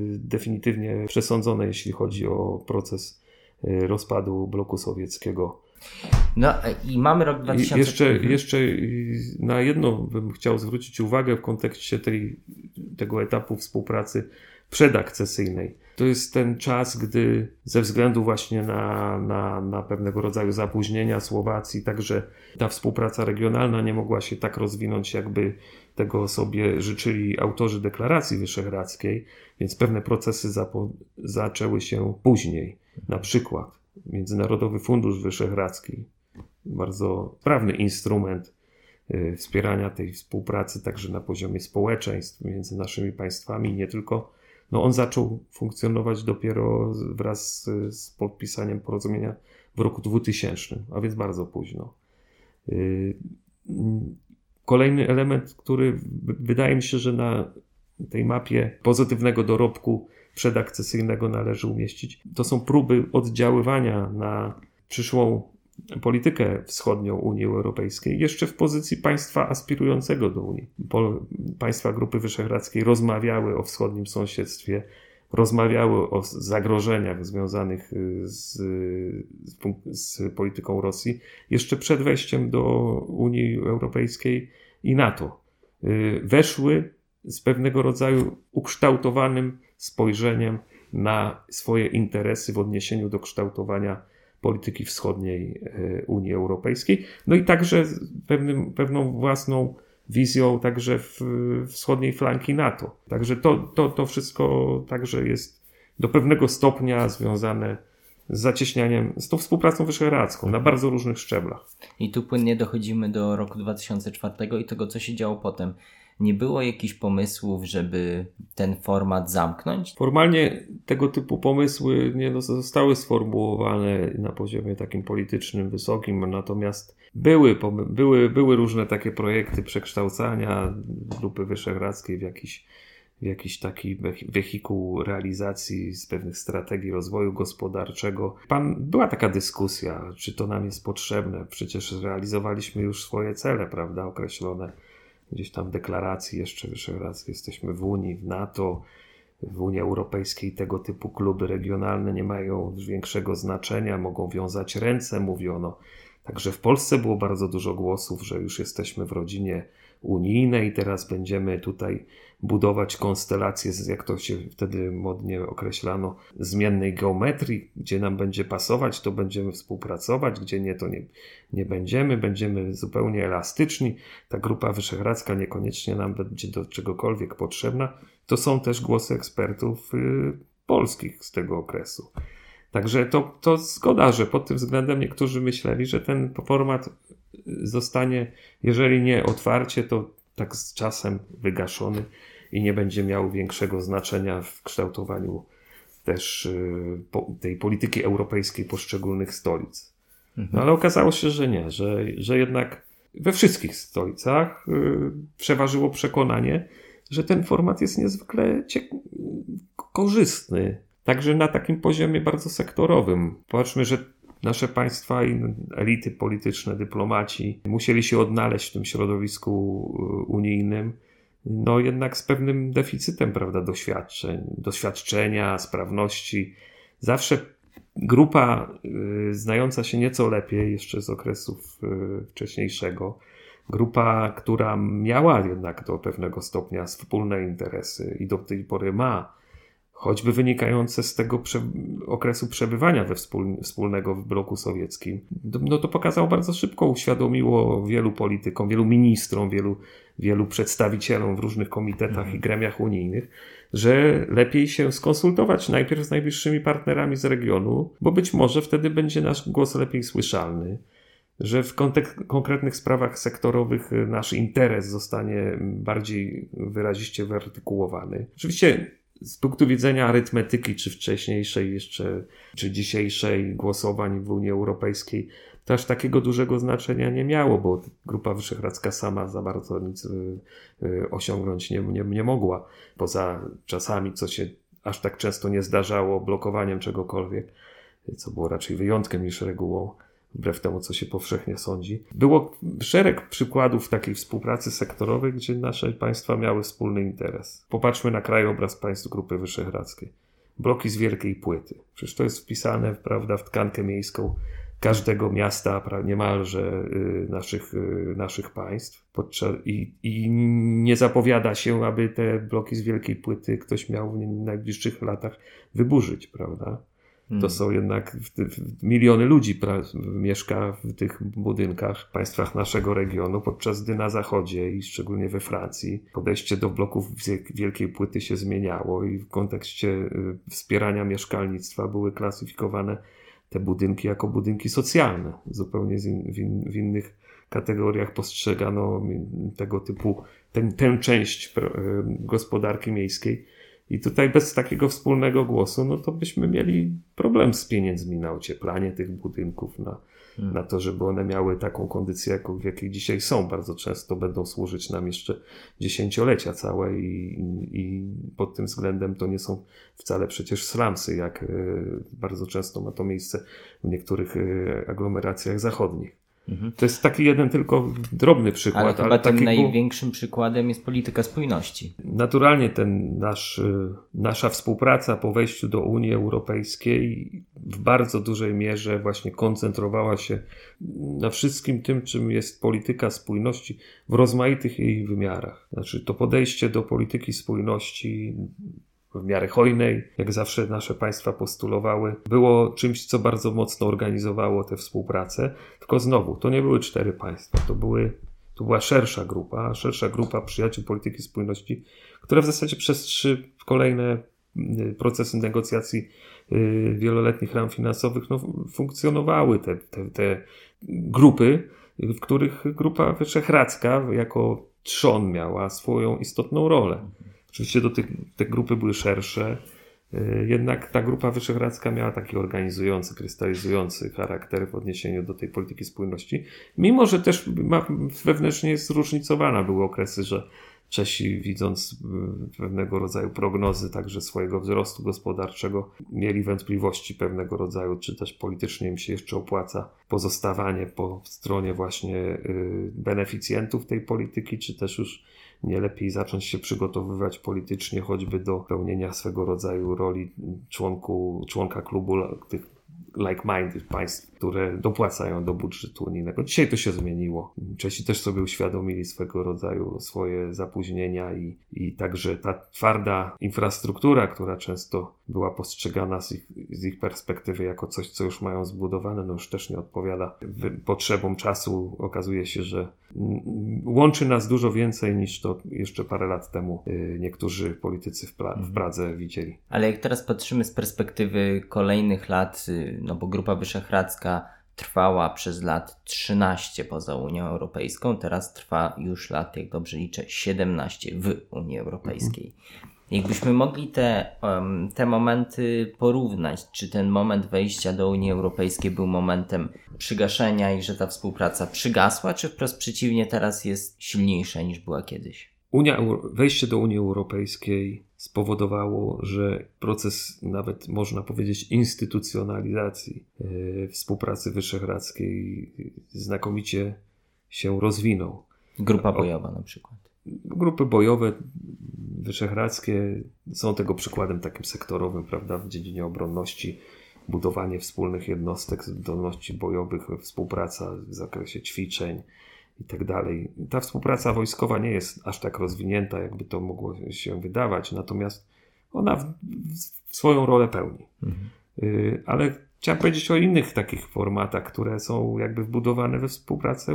definitywnie przesądzone, jeśli chodzi o proces rozpadu bloku sowieckiego No i mamy rok 2000. Jeszcze na jedno bym chciał zwrócić uwagę w kontekście tego etapu współpracy przedakcesyjnej. To jest ten czas, gdy ze względu właśnie na pewnego rodzaju zapóźnienia Słowacji, także ta współpraca regionalna nie mogła się tak rozwinąć, jakby tego sobie życzyli autorzy Deklaracji Wyszehradzkiej, więc pewne procesy zaczęły się później. Na przykład Międzynarodowy Fundusz Wyszehradzki, bardzo sprawny instrument wspierania tej współpracy także na poziomie społeczeństw między naszymi państwami, nie tylko. No on zaczął funkcjonować dopiero wraz z podpisaniem porozumienia w roku 2000, a więc bardzo późno. Kolejny element, który wydaje mi się, że na tej mapie pozytywnego dorobku przedakcesyjnego należy umieścić, to są próby oddziaływania na przyszłą politykę wschodnią Unii Europejskiej jeszcze w pozycji państwa aspirującego do Unii. Państwa Grupy Wyszehradzkiej rozmawiały o wschodnim sąsiedztwie, rozmawiały o zagrożeniach związanych z polityką Rosji jeszcze przed wejściem do Unii Europejskiej i NATO. Weszły z pewnego rodzaju ukształtowanym spojrzeniem na swoje interesy w odniesieniu do kształtowania polityki wschodniej Unii Europejskiej, no i także pewną własną wizją także wschodniej flanki NATO. Także to wszystko także jest do pewnego stopnia związane z zacieśnianiem, z tą współpracą wyszehradzką na bardzo różnych szczeblach. I tu płynnie dochodzimy do roku 2004 i tego, co się działo potem. Nie było jakichś pomysłów, żeby ten format zamknąć? Formalnie tego typu pomysły nie zostały sformułowane na poziomie takim politycznym, wysokim, natomiast były różne takie projekty przekształcania Grupy Wyszehradzkiej w jakiś taki wehikuł realizacji z pewnych strategii rozwoju gospodarczego. Była taka dyskusja, czy to nam jest potrzebne. Przecież realizowaliśmy już swoje cele, prawda, określone gdzieś tam w deklaracji jeszcze wyszehradzkiej. Jesteśmy w Unii, w NATO, w Unii Europejskiej. Tego typu kluby regionalne nie mają już większego znaczenia, mogą wiązać ręce, mówiono. Także w Polsce było bardzo dużo głosów, że już jesteśmy w rodzinie unijnej, teraz będziemy tutaj budować konstelację, jak to się wtedy modnie określano, zmiennej geometrii, gdzie nam będzie pasować, to będziemy współpracować, gdzie nie, to nie będziemy zupełnie elastyczni. Ta Grupa Wyszehradzka niekoniecznie nam będzie do czegokolwiek potrzebna. To są też głosy ekspertów polskich z tego okresu. Także to zgoda, że pod tym względem niektórzy myśleli, że ten format zostanie, jeżeli nie otwarcie, to tak z czasem wygaszony i nie będzie miał większego znaczenia w kształtowaniu też tej polityki europejskiej poszczególnych stolic. No ale okazało się, że nie, że jednak we wszystkich stolicach przeważyło przekonanie, że ten format jest niezwykle korzystny. Także na takim poziomie bardzo sektorowym. Patrzmy, że nasze państwa i elity polityczne, dyplomaci musieli się odnaleźć w tym środowisku unijnym, no jednak z pewnym deficytem, prawda, doświadczenia, sprawności. Zawsze grupa znająca się nieco lepiej jeszcze z okresu wcześniejszego, grupa, która miała jednak do pewnego stopnia wspólne interesy i do tej pory ma, choćby wynikające z tego okresu przebywania wspólnego w bloku sowieckim, no to pokazało bardzo szybko, uświadomiło wielu politykom, wielu ministrom, wielu przedstawicielom w różnych komitetach i gremiach unijnych, że lepiej się skonsultować najpierw z najbliższymi partnerami z regionu, bo być może wtedy będzie nasz głos lepiej słyszalny, że w konkretnych sprawach sektorowych nasz interes zostanie bardziej wyraziście wyartykułowany. Oczywiście z punktu widzenia arytmetyki, czy wcześniejszej jeszcze, czy dzisiejszej głosowań w Unii Europejskiej, to aż takiego dużego znaczenia nie miało, bo Grupa Wyszehradzka sama za bardzo nic osiągnąć nie mogła. Poza czasami, co się aż tak często nie zdarzało, blokowaniem czegokolwiek, co było raczej wyjątkiem niż regułą, wbrew temu, co się powszechnie sądzi. Było szereg przykładów takiej współpracy sektorowej, gdzie nasze państwa miały wspólny interes. Popatrzmy na krajobraz państw Grupy Wyszehradzkiej. Bloki z wielkiej płyty. Przecież to jest wpisane, prawda, w tkankę miejską każdego miasta niemalże naszych państw. I nie zapowiada się, aby te bloki z wielkiej płyty ktoś miał w najbliższych latach wyburzyć, prawda? To są jednak miliony ludzi mieszka w tych budynkach w państwach naszego regionu, podczas gdy na zachodzie i szczególnie we Francji podejście do bloków wielkiej płyty się zmieniało i w kontekście wspierania mieszkalnictwa były klasyfikowane te budynki jako budynki socjalne. Zupełnie w innych kategoriach postrzegano tego typu tę część gospodarki miejskiej. I tutaj bez takiego wspólnego głosu, no to byśmy mieli problem z pieniędzmi na ocieplanie tych budynków, na to, żeby one miały taką kondycję, w jakiej dzisiaj są. Bardzo często będą służyć nam jeszcze dziesięciolecia całe i pod tym względem to nie są wcale przecież slumsy, jak bardzo często ma to miejsce w niektórych aglomeracjach zachodnich. To jest taki jeden tylko drobny przykład. Ale chyba tym największym przykładem jest polityka spójności. Naturalnie nasza współpraca po wejściu do Unii Europejskiej w bardzo dużej mierze właśnie koncentrowała się na wszystkim tym, czym jest polityka spójności w rozmaitych jej wymiarach. Znaczy to podejście do polityki spójności w miarę hojnej, jak zawsze nasze państwa postulowały, było czymś, co bardzo mocno organizowało tę współpracę. Tylko znowu, to nie były 4 państwa, to była szersza grupa przyjaciół polityki spójności, które w zasadzie przez 3 kolejne procesy negocjacji wieloletnich ram finansowych funkcjonowały te grupy, w których Grupa Wyszehradzka jako trzon miała swoją istotną rolę. Oczywiście te grupy były szersze, jednak ta Grupa Wyszehradzka miała taki organizujący, krystalizujący charakter w odniesieniu do tej polityki spójności. Mimo że też wewnętrznie jest zróżnicowana. Były okresy, że Czesi, widząc pewnego rodzaju prognozy także swojego wzrostu gospodarczego, mieli wątpliwości pewnego rodzaju, czy też politycznie im się jeszcze opłaca pozostawanie po stronie właśnie beneficjentów tej polityki, czy też już nie lepiej zacząć się przygotowywać politycznie choćby do pełnienia swego rodzaju roli członka klubu tych like-minded państw, które dopłacają do budżetu unijnego. Dzisiaj to się zmieniło. Czesi też sobie uświadomili swego rodzaju swoje zapóźnienia i także ta twarda infrastruktura, która często była postrzegana z ich perspektywy jako coś, co już mają zbudowane, no już też nie odpowiada potrzebom czasu. Okazuje się, że łączy nas dużo więcej niż to jeszcze parę lat temu niektórzy politycy w Pradze widzieli. Ale jak teraz patrzymy z perspektywy kolejnych lat, no bo Grupa Wyszehradzka trwała przez lat 13 poza Unią Europejską, teraz trwa już lat, jak dobrze liczę, 17 w Unii Europejskiej. Jakbyśmy mogli te momenty porównać, czy ten moment wejścia do Unii Europejskiej był momentem przygaszenia i że ta współpraca przygasła, czy wprost przeciwnie, teraz jest silniejsza niż była kiedyś? Wejście do Unii Europejskiej spowodowało, że proces nawet można powiedzieć instytucjonalizacji współpracy wyszehradzkiej znakomicie się rozwinął. Grupa bojowa na przykład. Grupy bojowe wyszehradzkie są tego przykładem takim sektorowym, prawda, w dziedzinie obronności, budowanie wspólnych jednostek, zdolności bojowych, współpraca w zakresie ćwiczeń i tak dalej. Ta współpraca wojskowa nie jest aż tak rozwinięta, jakby to mogło się wydawać, natomiast ona swoją rolę pełni. Ale chciałem powiedzieć o innych takich formatach, które są jakby wbudowane we współpracę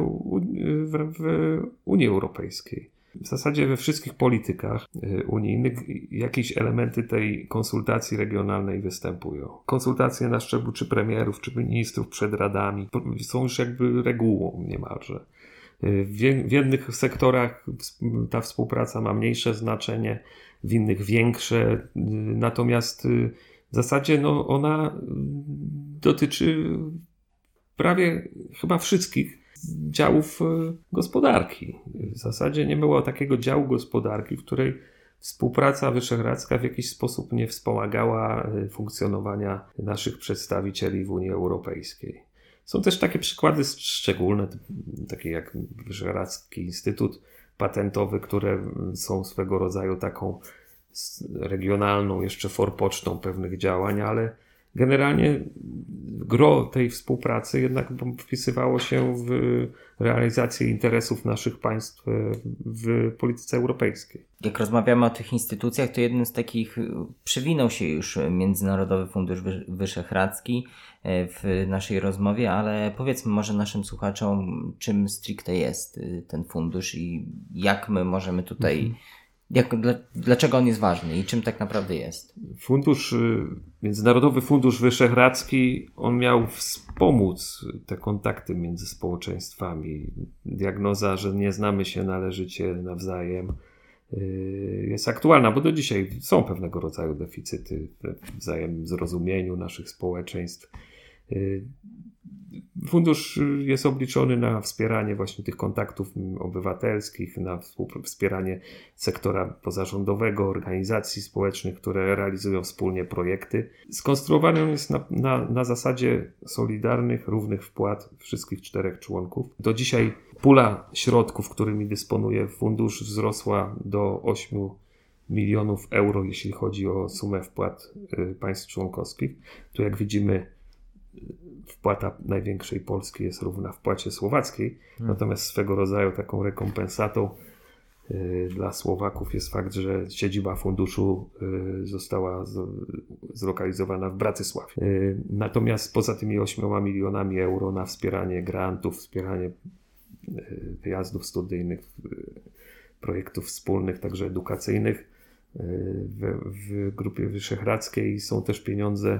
w Unii Europejskiej. W zasadzie we wszystkich politykach unijnych jakieś elementy tej konsultacji regionalnej występują. Konsultacje na szczeblu czy premierów, czy ministrów przed radami są już jakby regułą niemalże. W jednych sektorach ta współpraca ma mniejsze znaczenie, w innych większe, natomiast w zasadzie ona dotyczy prawie chyba wszystkich działów gospodarki. W zasadzie nie było takiego działu gospodarki, w której współpraca wyszehradzka w jakiś sposób nie wspomagała funkcjonowania naszych przedstawicieli w Unii Europejskiej. Są też takie przykłady szczególne, takie jak Wyszehradzki Instytut Patentowy, które są swego rodzaju taką regionalną jeszcze forpocztą pewnych działań, ale generalnie gro tej współpracy jednak wpisywało się w realizację interesów naszych państw w polityce europejskiej. Jak rozmawiamy o tych instytucjach, to jednym z takich przewinął się już Międzynarodowy Fundusz Wyszehradzki w naszej rozmowie, ale powiedzmy może naszym słuchaczom, czym stricte jest ten fundusz i jak my możemy tutaj, dlaczego on jest ważny i czym tak naprawdę jest. Międzynarodowy Fundusz Wyszehradzki, on miał wspomóc te kontakty między społeczeństwami. Diagnoza, że nie znamy się należycie nawzajem, jest aktualna, bo do dzisiaj są pewnego rodzaju deficyty we wzajemnym zrozumieniu naszych społeczeństw. Fundusz jest obliczony na wspieranie właśnie tych kontaktów obywatelskich, na wspieranie sektora pozarządowego, organizacji społecznych, które realizują wspólnie projekty. Skonstruowany on jest na zasadzie solidarnych, równych wpłat wszystkich 4 członków. Do dzisiaj pula środków, którymi dysponuje fundusz, wzrosła do 8 milionów euro, jeśli chodzi o sumę wpłat państw członkowskich. Tu jak widzimy, wpłata największej Polski jest równa wpłacie słowackiej, natomiast swego rodzaju taką rekompensatą dla Słowaków jest fakt, że siedziba funduszu została zlokalizowana w Bratysławie. Natomiast poza tymi 8 milionami euro na wspieranie grantów, wspieranie wyjazdów studyjnych, projektów wspólnych, także edukacyjnych w Grupie Wyszehradzkiej są też pieniądze,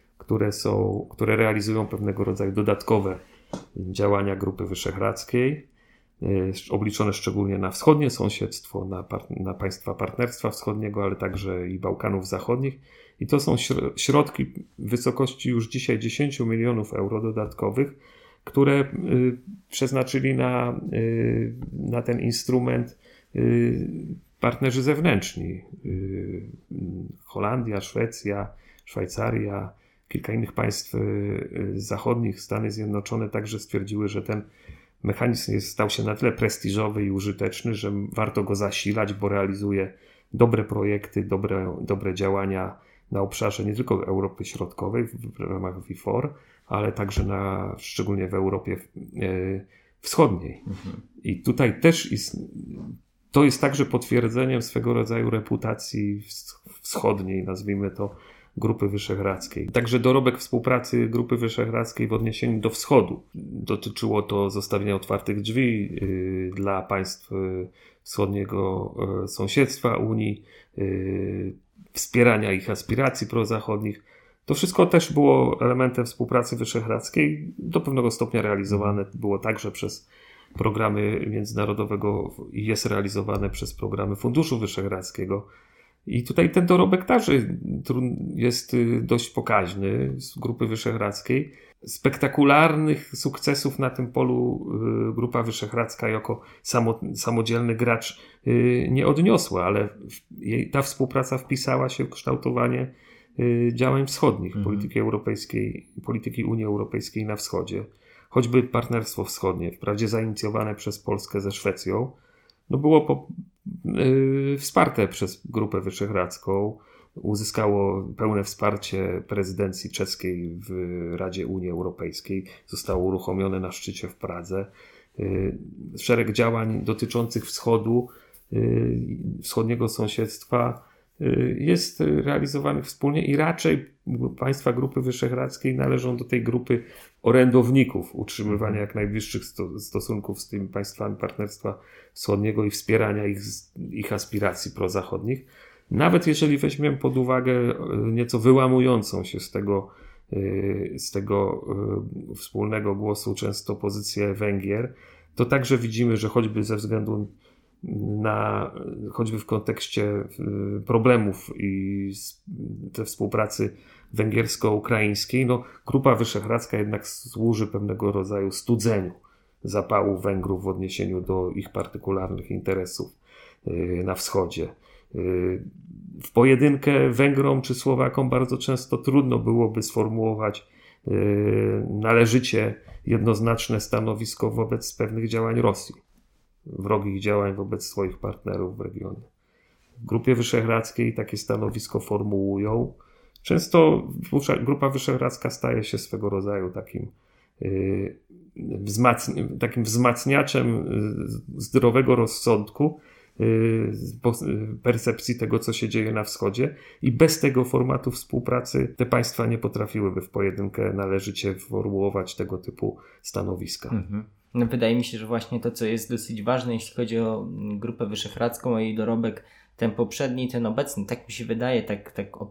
które realizują pewnego rodzaju dodatkowe działania Grupy Wyszehradzkiej, obliczone szczególnie na wschodnie sąsiedztwo, na państwa Partnerstwa Wschodniego, ale także i Bałkanów Zachodnich. I to są środki w wysokości już dzisiaj 10 milionów euro dodatkowych, które przeznaczyli na ten instrument partnerzy zewnętrzni. Holandia, Szwecja, Szwajcaria, kilka innych państw zachodnich, Stany Zjednoczone także stwierdziły, że ten mechanizm stał się na tyle prestiżowy i użyteczny, że warto go zasilać, bo realizuje dobre projekty, dobre działania na obszarze nie tylko Europy Środkowej w ramach WIFOR, ale także szczególnie w Europie Wschodniej. I tutaj też to jest także potwierdzeniem swego rodzaju reputacji wschodniej, nazwijmy to, Grupy Wyszehradzkiej. Także dorobek współpracy Grupy Wyszehradzkiej w odniesieniu do wschodu. Dotyczyło to zostawienia otwartych drzwi dla państw wschodniego sąsiedztwa Unii, wspierania ich aspiracji prozachodnich. To wszystko też było elementem współpracy wyszehradzkiej. Do pewnego stopnia realizowane było także przez programy międzynarodowego i jest realizowane przez programy Funduszu Wyszehradzkiego. I tutaj ten dorobek także jest dość pokaźny z Grupy Wyszehradzkiej. Spektakularnych sukcesów na tym polu Grupa Wyszehradzka jako samodzielny gracz nie odniosła, ale ta współpraca wpisała się w kształtowanie działań wschodnich, polityki Unii Europejskiej na wschodzie. Choćby Partnerstwo Wschodnie, wprawdzie zainicjowane przez Polskę ze Szwecją, było wsparte przez Grupę Wyszehradzką, uzyskało pełne wsparcie prezydencji czeskiej w Radzie Unii Europejskiej, zostało uruchomione na szczycie w Pradze. Szereg działań dotyczących wschodniego sąsiedztwa jest realizowanych wspólnie i raczej państwa Grupy Wyszehradzkiej należą do tej grupy orędowników utrzymywania jak najbliższych stosunków z tymi państwami Partnerstwa Wschodniego i wspierania ich aspiracji prozachodnich. Nawet jeżeli weźmiemy pod uwagę nieco wyłamującą się z tego wspólnego głosu często pozycję Węgier, to także widzimy, że choćby ze względu choćby w kontekście problemów i tej współpracy węgiersko-ukraińskiej, Grupa Wyszehradzka jednak służy pewnego rodzaju studzeniu zapału Węgrów w odniesieniu do ich partykularnych interesów na wschodzie. W pojedynkę Węgrom czy Słowakom bardzo często trudno byłoby sformułować należycie jednoznaczne stanowisko wobec pewnych działań Rosji, wrogich działań wobec swoich partnerów w regionie. W Grupie Wyszehradzkiej takie stanowisko formułują, Często Grupa Wyszehradzka staje się swego rodzaju takim wzmacniaczem zdrowego rozsądku, percepcji tego, co się dzieje na wschodzie, i bez tego formatu współpracy te państwa nie potrafiłyby w pojedynkę należycie formułować tego typu stanowiska. Mhm. No, wydaje mi się, że właśnie to, co jest dosyć ważne, jeśli chodzi o Grupę Wyszehradzką, o jej dorobek, ten poprzedni, ten obecny, tak mi się wydaje, tak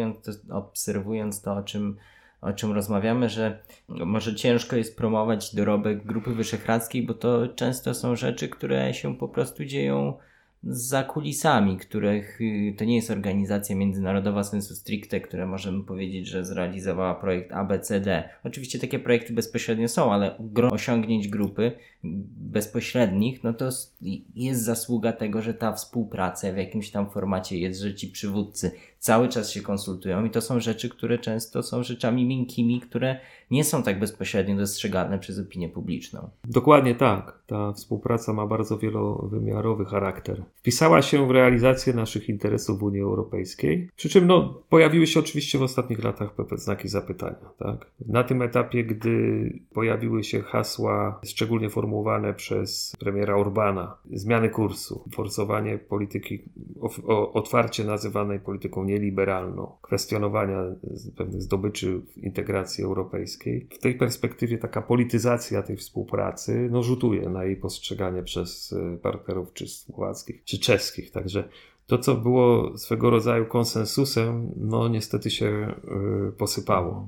obserwując to, o czym rozmawiamy, że może ciężko jest promować dorobek Grupy Wyszehradzkiej, bo to często są rzeczy, które się po prostu dzieją za kulisami, których to nie jest organizacja międzynarodowa sensu stricte, która możemy powiedzieć, że zrealizowała projekt ABCD. Oczywiście takie projekty bezpośrednio są, ale osiągnięć grupy bezpośrednich, no to jest zasługa tego, że ta współpraca w jakimś tam formacie jest, że ci przywódcy cały czas się konsultują i to są rzeczy, które często są rzeczami miękkimi, które nie są tak bezpośrednio dostrzegalne przez opinię publiczną. Dokładnie tak. Ta współpraca ma bardzo wielowymiarowy charakter. Wpisała się w realizację naszych interesów w Unii Europejskiej, przy czym pojawiły się oczywiście w ostatnich latach pewne znaki zapytania. Tak? Na tym etapie, gdy pojawiły się hasła, szczególnie formułowane przez premiera Orbana, zmiany kursu, forsowanie polityki otwarcie nazywanej polityką nieliberalną, kwestionowania pewnych zdobyczy integracji europejskiej. W tej perspektywie taka polityzacja tej współpracy rzutuje na jej postrzeganie przez partnerów czy słowackich, czy czeskich. Także to, co było swego rodzaju konsensusem, niestety się posypało.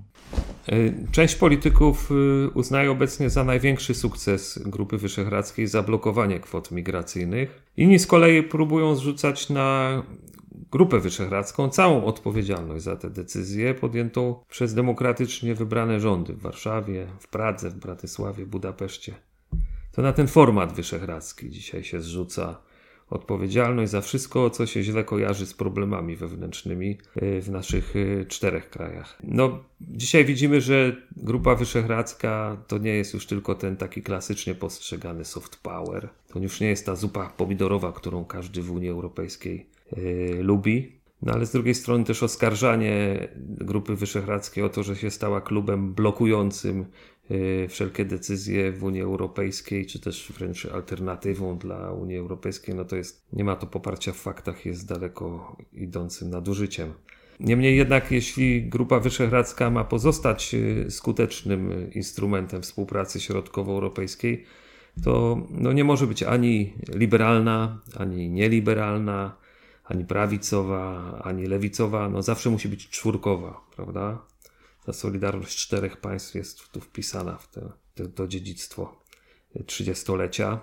Część polityków uznaje obecnie za największy sukces Grupy Wyszehradzkiej zablokowanie kwot migracyjnych. Inni z kolei próbują zrzucać na Grupę Wyszehradzką całą odpowiedzialność za tę decyzję podjętą przez demokratycznie wybrane rządy w Warszawie, w Pradze, w Bratysławie, Budapeszcie. To na ten format wyszehradzki dzisiaj się zrzuca odpowiedzialność za wszystko, co się źle kojarzy z problemami wewnętrznymi w naszych 4 krajach. Dzisiaj widzimy, że Grupa Wyszehradzka to nie jest już tylko ten taki klasycznie postrzegany soft power. To już nie jest ta zupa pomidorowa, którą każdy w Unii Europejskiej lubi. Ale z drugiej strony też oskarżanie Grupy Wyszehradzkiej o to, że się stała klubem blokującym wszelkie decyzje w Unii Europejskiej, czy też wręcz alternatywą dla Unii Europejskiej, nie ma to poparcia w faktach, jest daleko idącym nadużyciem. Niemniej jednak, jeśli Grupa Wyszehradzka ma pozostać skutecznym instrumentem współpracy środkowoeuropejskiej, to nie może być ani liberalna, ani nieliberalna, ani prawicowa, ani lewicowa, zawsze musi być czwórkowa, prawda? Ta solidarność 4 państw jest tu wpisana w to dziedzictwo 30-lecia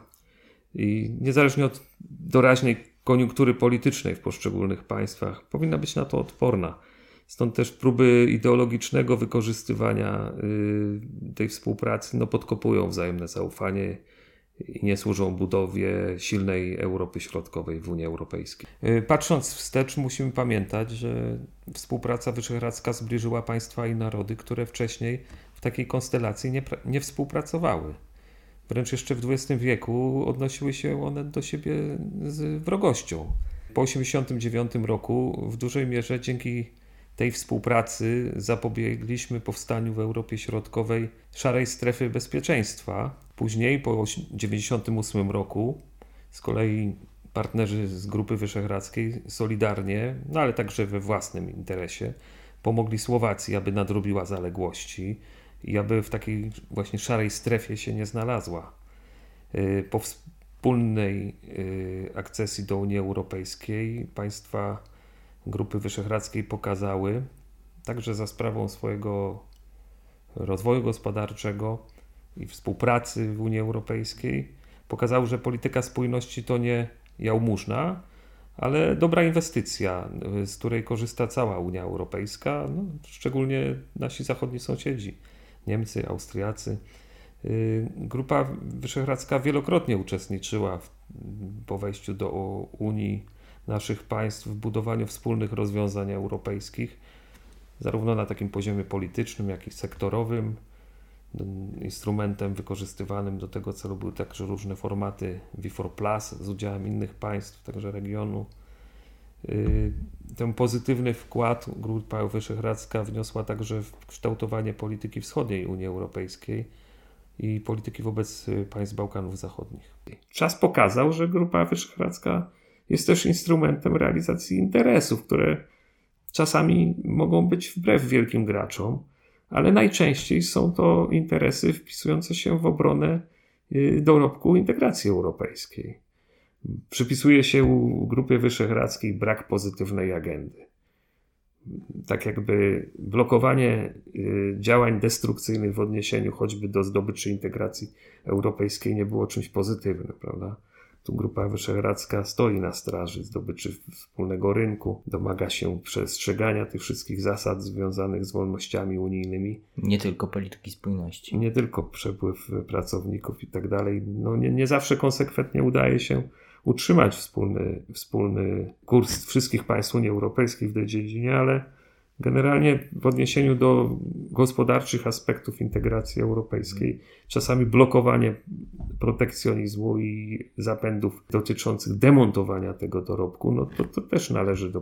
i niezależnie od doraźnej koniunktury politycznej w poszczególnych państwach powinna być na to odporna. Stąd też próby ideologicznego wykorzystywania tej współpracy podkopują wzajemne zaufanie i nie służą budowie silnej Europy Środkowej w Unii Europejskiej. Patrząc wstecz, musimy pamiętać, że współpraca wyszehradzka zbliżyła państwa i narody, które wcześniej w takiej konstelacji nie współpracowały. Wręcz jeszcze w XX wieku odnosiły się one do siebie z wrogością. Po 1989 roku w dużej mierze dzięki tej współpracy zapobiegliśmy powstaniu w Europie Środkowej szarej strefy bezpieczeństwa. Później, po 1998 roku, z kolei partnerzy z Grupy Wyszehradzkiej solidarnie, ale także we własnym interesie, pomogli Słowacji, aby nadrobiła zaległości i aby w takiej właśnie szarej strefie się nie znalazła. Po wspólnej akcesji do Unii Europejskiej państwa Grupy Wyszehradzkiej pokazały, także za sprawą swojego rozwoju gospodarczego i współpracy w Unii Europejskiej, pokazały, że polityka spójności to nie jałmużna, ale dobra inwestycja, z której korzysta cała Unia Europejska, szczególnie nasi zachodni sąsiedzi, Niemcy, Austriacy. Grupa Wyszehradzka wielokrotnie uczestniczyła po wejściu do Unii naszych państw w budowaniu wspólnych rozwiązań europejskich, zarówno na takim poziomie politycznym, jak i sektorowym. Instrumentem wykorzystywanym do tego celu były także różne formaty V4Plus z udziałem innych państw, także regionu. Ten pozytywny wkład Grupa Wyszehradzka wniosła także w kształtowanie polityki wschodniej Unii Europejskiej i polityki wobec państw Bałkanów Zachodnich. Czas pokazał, że Grupa Wyszehradzka jest też instrumentem realizacji interesów, które czasami mogą być wbrew wielkim graczom, ale najczęściej są to interesy wpisujące się w obronę dorobku integracji europejskiej. Przypisuje się Grupie Wyszehradzkiej brak pozytywnej agendy. Tak jakby blokowanie działań destrukcyjnych w odniesieniu choćby do zdobyczy integracji europejskiej nie było czymś pozytywnym, prawda? Tu Grupa Wyszehradzka stoi na straży zdobyczy wspólnego rynku, domaga się przestrzegania tych wszystkich zasad związanych z wolnościami unijnymi. Nie tylko polityki spójności. Nie tylko przepływ pracowników i tak dalej. No nie zawsze konsekwentnie udaje się utrzymać wspólny kurs wszystkich państw Unii Europejskiej w tej dziedzinie, ale generalnie w odniesieniu do gospodarczych aspektów integracji europejskiej, czasami blokowanie protekcjonizmu i zapędów dotyczących demontowania tego dorobku, no to też należy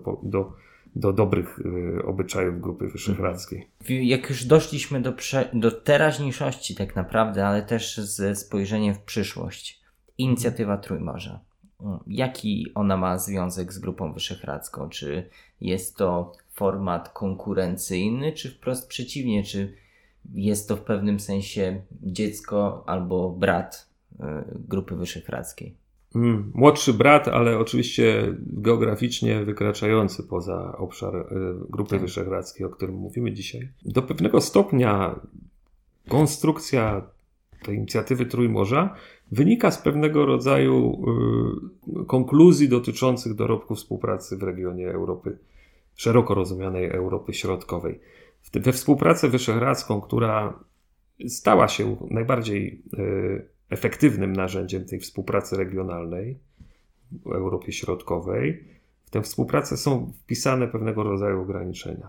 do dobrych obyczajów Grupy Wyszehradzkiej. Jak już doszliśmy do teraźniejszości tak naprawdę, ale też ze spojrzeniem w przyszłość. Inicjatywa Trójmorza. Jaki ona ma związek z Grupą Wyszehradzką? Czy jest to format konkurencyjny, czy wprost przeciwnie? Czy jest to w pewnym sensie dziecko albo brat Grupy Wyszehradzkiej? Młodszy brat, ale oczywiście geograficznie wykraczający poza obszar Grupy Wyszehradzkiej, o którym mówimy dzisiaj. Do pewnego stopnia konstrukcja tej inicjatywy Trójmorza wynika z pewnego rodzaju konkluzji dotyczących dorobku współpracy w regionie Europy, szeroko rozumianej Europy Środkowej. We współpracę wyszehradzką, która stała się najbardziej efektywnym narzędziem tej współpracy regionalnej w Europie Środkowej, w tę współpracę są wpisane pewnego rodzaju ograniczenia.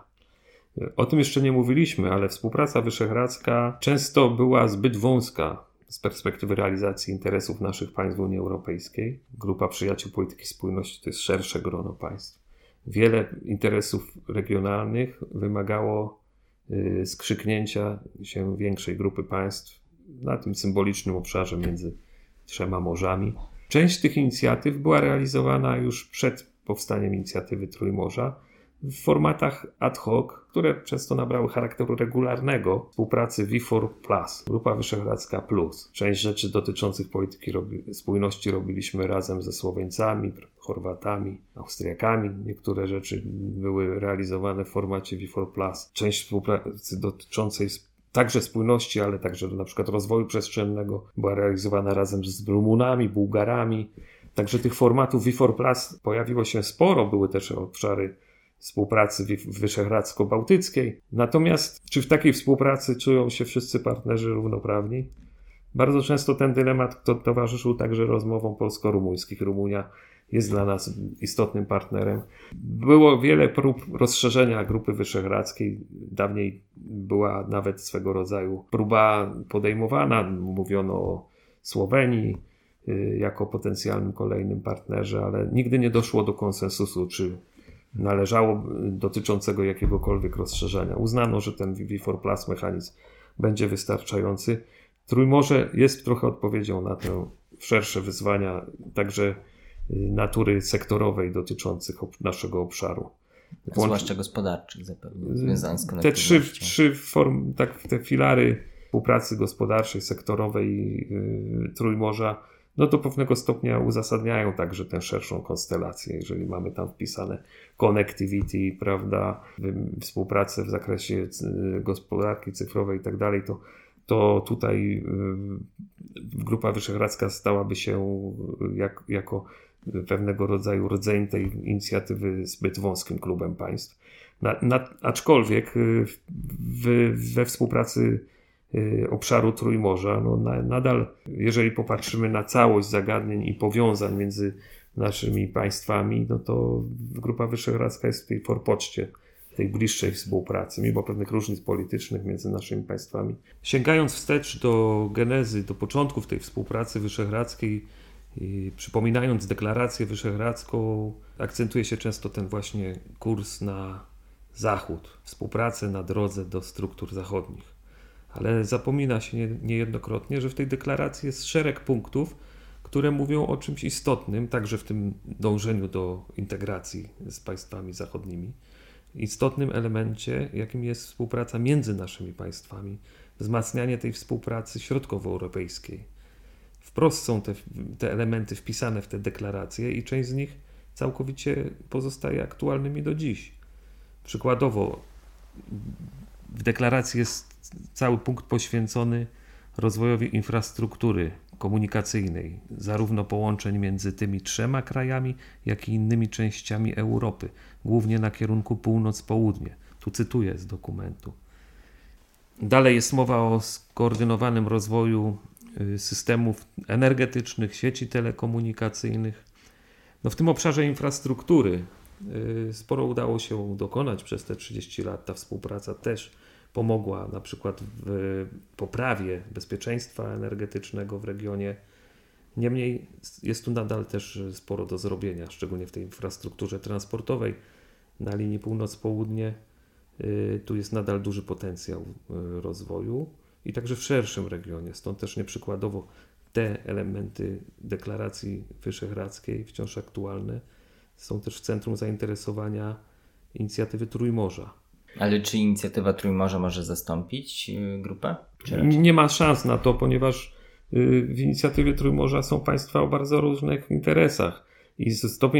O tym jeszcze nie mówiliśmy, ale współpraca wyszehradzka często była zbyt wąska z perspektywy realizacji interesów naszych państw w Unii Europejskiej. Grupa Przyjaciół Polityki Spójności to jest szersze grono państw. Wiele interesów regionalnych wymagało skrzyknięcia się większej grupy państw na tym symbolicznym obszarze między trzema morzami. Część tych inicjatyw była realizowana już przed powstaniem inicjatywy Trójmorza w formatach ad hoc, które często nabrały charakteru regularnego współpracy V4+, Grupa Wyszehradzka Plus. Część rzeczy dotyczących polityki spójności robiliśmy razem ze Słoweńcami, Chorwatami, Austriakami. Niektóre rzeczy były realizowane w formacie V4+. Część współpracy dotyczącej także spójności, ale także na przykład rozwoju przestrzennego była realizowana razem z Rumunami, Bułgarami. Także tych formatów V4+ pojawiło się sporo, były też obszary współpracy wyszehradzko-bałtyckiej. Natomiast czy w takiej współpracy czują się wszyscy partnerzy równoprawni? Bardzo często ten dylemat towarzyszył także rozmowom polsko-rumuńskich. Rumunia jest dla nas istotnym partnerem. Było wiele prób rozszerzenia Grupy Wyszehradzkiej. Dawniej była nawet swego rodzaju próba podejmowana. Mówiono o Słowenii jako potencjalnym kolejnym partnerze, ale nigdy nie doszło do konsensusu, czy należało dotyczącego jakiegokolwiek rozszerzenia. Uznano, że ten V4+ mechanizm będzie wystarczający. Trójmorze jest trochę odpowiedzią na te szersze wyzwania, także natury sektorowej dotyczących naszego obszaru. Zwłaszcza gospodarczych zapewne, związanych z konektywnością. Te filary współpracy gospodarczej, sektorowej Trójmorza do pewnego stopnia uzasadniają także tę szerszą konstelację. Jeżeli mamy tam wpisane connectivity, prawda, współpracę w zakresie gospodarki cyfrowej i tak dalej, to tutaj Grupa Wyszehradzka stałaby się jako pewnego rodzaju rdzeń tej inicjatywy zbyt wąskim klubem państw. Aczkolwiek we współpracy obszaru Trójmorza, nadal, jeżeli popatrzymy na całość zagadnień i powiązań między naszymi państwami, to Grupa Wyszehradzka jest w tej forpoczcie, tej bliższej współpracy, mimo pewnych różnic politycznych między naszymi państwami. Sięgając wstecz do genezy, do początków tej współpracy wyszehradzkiej, I przypominając deklarację wyszehradzką, akcentuje się często ten właśnie kurs na zachód, współpracę na drodze do struktur zachodnich. Ale zapomina się niejednokrotnie, że w tej deklaracji jest szereg punktów, które mówią o czymś istotnym, także w tym dążeniu do integracji z państwami zachodnimi. Istotnym elemencie, jakim jest współpraca między naszymi państwami, wzmacnianie tej współpracy środkowoeuropejskiej. Wprost są te elementy wpisane w te deklaracje i część z nich całkowicie pozostaje aktualnymi do dziś. Przykładowo w deklaracji jest cały punkt poświęcony rozwojowi infrastruktury komunikacyjnej, zarówno połączeń między tymi 3 krajami, jak i innymi częściami Europy, głównie na kierunku północ-południe. Tu cytuję z dokumentu. Dalej jest mowa o skoordynowanym rozwoju systemów energetycznych, sieci telekomunikacyjnych. W tym obszarze infrastruktury sporo udało się dokonać przez te 30 lat. Ta współpraca też pomogła na przykład w poprawie bezpieczeństwa energetycznego w regionie. Niemniej jest tu nadal też sporo do zrobienia, szczególnie w tej infrastrukturze transportowej na linii północ-południe. Tu jest nadal duży potencjał rozwoju i także w szerszym regionie. Stąd też nieprzykładowo te elementy deklaracji wyszehradzkiej, wciąż aktualne, są też w centrum zainteresowania inicjatywy Trójmorza. Ale czy inicjatywa Trójmorza może zastąpić grupę? Nie ma szans na to, ponieważ w inicjatywie Trójmorza są państwa o bardzo różnych interesach. I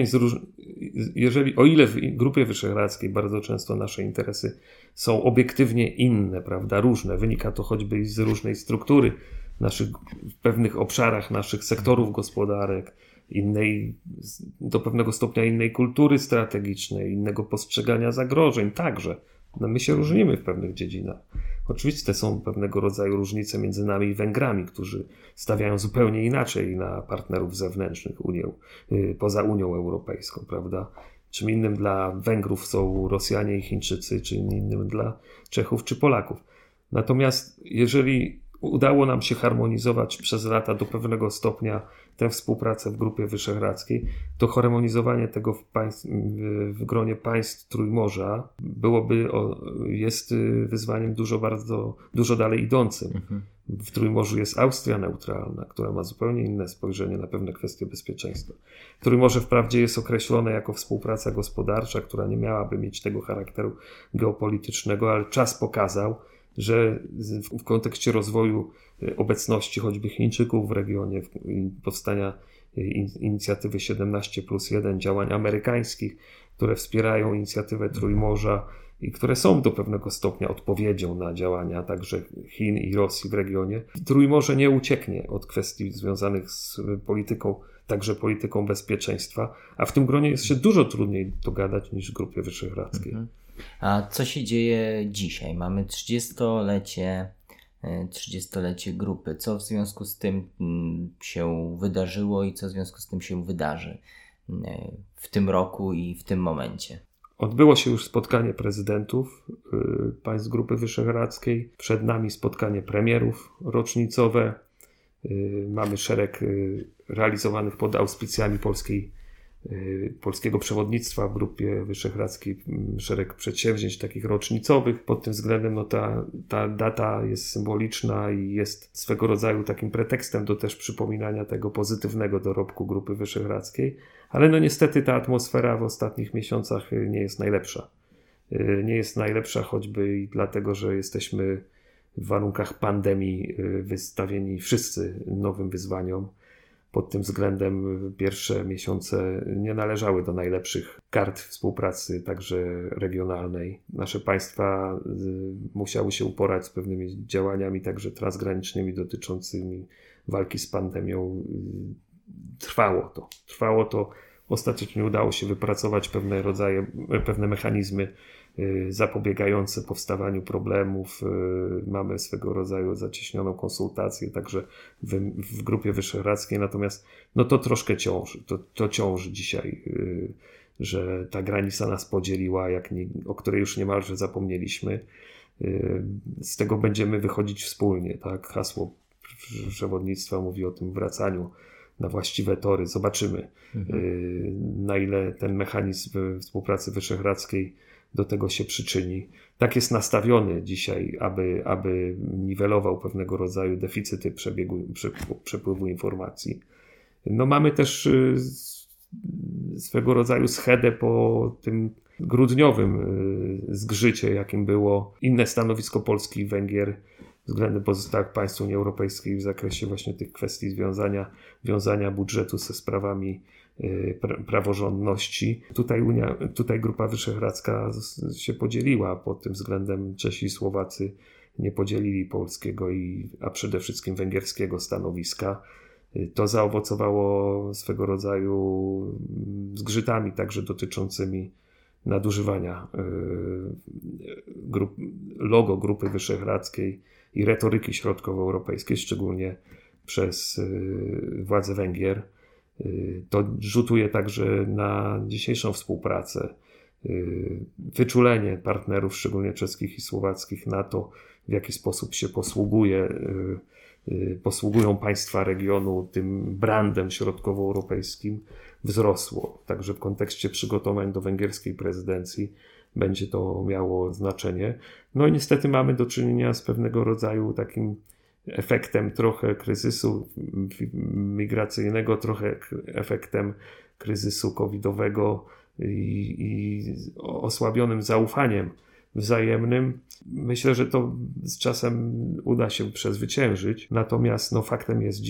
o ile w Grupie Wyszehradzkiej bardzo często nasze interesy są obiektywnie inne, prawda, różne, wynika to choćby z różnej struktury w pewnych obszarach naszych sektorów gospodarek, do pewnego stopnia innej kultury strategicznej, innego postrzegania zagrożeń także. My się różnimy w pewnych dziedzinach. Oczywiście są pewnego rodzaju różnice między nami i Węgrami, którzy stawiają zupełnie inaczej na partnerów zewnętrznych poza Unią Europejską, prawda? Czym innym dla Węgrów są Rosjanie i Chińczycy, czym innym dla Czechów czy Polaków. Natomiast jeżeli udało nam się harmonizować przez lata do pewnego stopnia tę współpracę w Grupie Wyszehradzkiej, to harmonizowanie tego w gronie państw Trójmorza jest wyzwaniem dużo dalej idącym. W Trójmorzu jest Austria neutralna, która ma zupełnie inne spojrzenie na pewne kwestie bezpieczeństwa. Trójmorze wprawdzie jest określone jako współpraca gospodarcza, która nie miałaby mieć tego charakteru geopolitycznego, ale czas pokazał, że w kontekście rozwoju obecności choćby Chińczyków w regionie, powstania inicjatywy 17+1, działań amerykańskich, które wspierają inicjatywę Trójmorza i które są do pewnego stopnia odpowiedzią na działania także Chin i Rosji w regionie. Trójmorze nie ucieknie od kwestii związanych z polityką, także polityką bezpieczeństwa, a w tym gronie jest się dużo trudniej dogadać niż w Grupie Wyszehradzkiej. A co się dzieje dzisiaj? Mamy 30-lecie grupy. Co w związku z tym się wydarzyło i co w związku z tym się wydarzy w tym roku i w tym momencie? Odbyło się już spotkanie prezydentów państw Grupy Wyszehradzkiej. Przed nami spotkanie premierów rocznicowe. Mamy szereg realizowanych pod auspicjami polskiego przewodnictwa w Grupie Wyszehradzkiej, szereg przedsięwzięć takich rocznicowych. Pod tym względem ta data jest symboliczna i jest swego rodzaju takim pretekstem do też przypominania tego pozytywnego dorobku Grupy Wyszehradzkiej. Ale niestety ta atmosfera w ostatnich miesiącach nie jest najlepsza. Nie jest najlepsza choćby i dlatego, że jesteśmy w warunkach pandemii wystawieni wszyscy nowym wyzwaniom. Pod tym względem pierwsze miesiące nie należały do najlepszych kart współpracy, także regionalnej. Nasze państwa musiały się uporać z pewnymi działaniami, także transgranicznymi dotyczącymi walki z pandemią. Trwało to. Ostatecznie udało się wypracować pewne mechanizmy zapobiegające powstawaniu problemów. Mamy swego rodzaju zacieśnioną konsultację także w Grupie Wyszehradzkiej, natomiast to troszkę ciąży. To ciąży dzisiaj, że ta granica nas podzieliła, o której już niemalże zapomnieliśmy. Z tego będziemy wychodzić wspólnie. Tak? Hasło przewodnictwa mówi o tym wracaniu na właściwe tory. Zobaczymy, na ile ten mechanizm współpracy wyszehradzkiej do tego się przyczyni. Tak jest nastawiony dzisiaj, aby niwelował pewnego rodzaju deficyty przepływu informacji. No mamy też swego rodzaju schedę po tym grudniowym zgrzycie, jakim było inne stanowisko Polski i Węgier względem pozostałych państw Unii Europejskiej w zakresie właśnie tych kwestii wiązania budżetu ze sprawami praworządności. Tutaj Grupa Wyszehradzka się podzieliła pod tym względem. Czesi i Słowacy nie podzielili polskiego, a przede wszystkim węgierskiego stanowiska. To zaowocowało swego rodzaju zgrzytami także dotyczącymi nadużywania logo Grupy Wyszehradzkiej i retoryki środkowoeuropejskiej, szczególnie przez władze Węgier. To rzutuje także na dzisiejszą współpracę, wyczulenie partnerów, szczególnie czeskich i słowackich, na to, w jaki sposób się posługują państwa regionu tym brandem środkowoeuropejskim, wzrosło. Także w kontekście przygotowań do węgierskiej prezydencji będzie to miało znaczenie. No i niestety mamy do czynienia z pewnego rodzaju takim efektem trochę kryzysu migracyjnego, trochę efektem kryzysu covidowego i osłabionym zaufaniem wzajemnym. Myślę, że to z czasem uda się przezwyciężyć. Natomiast faktem jest,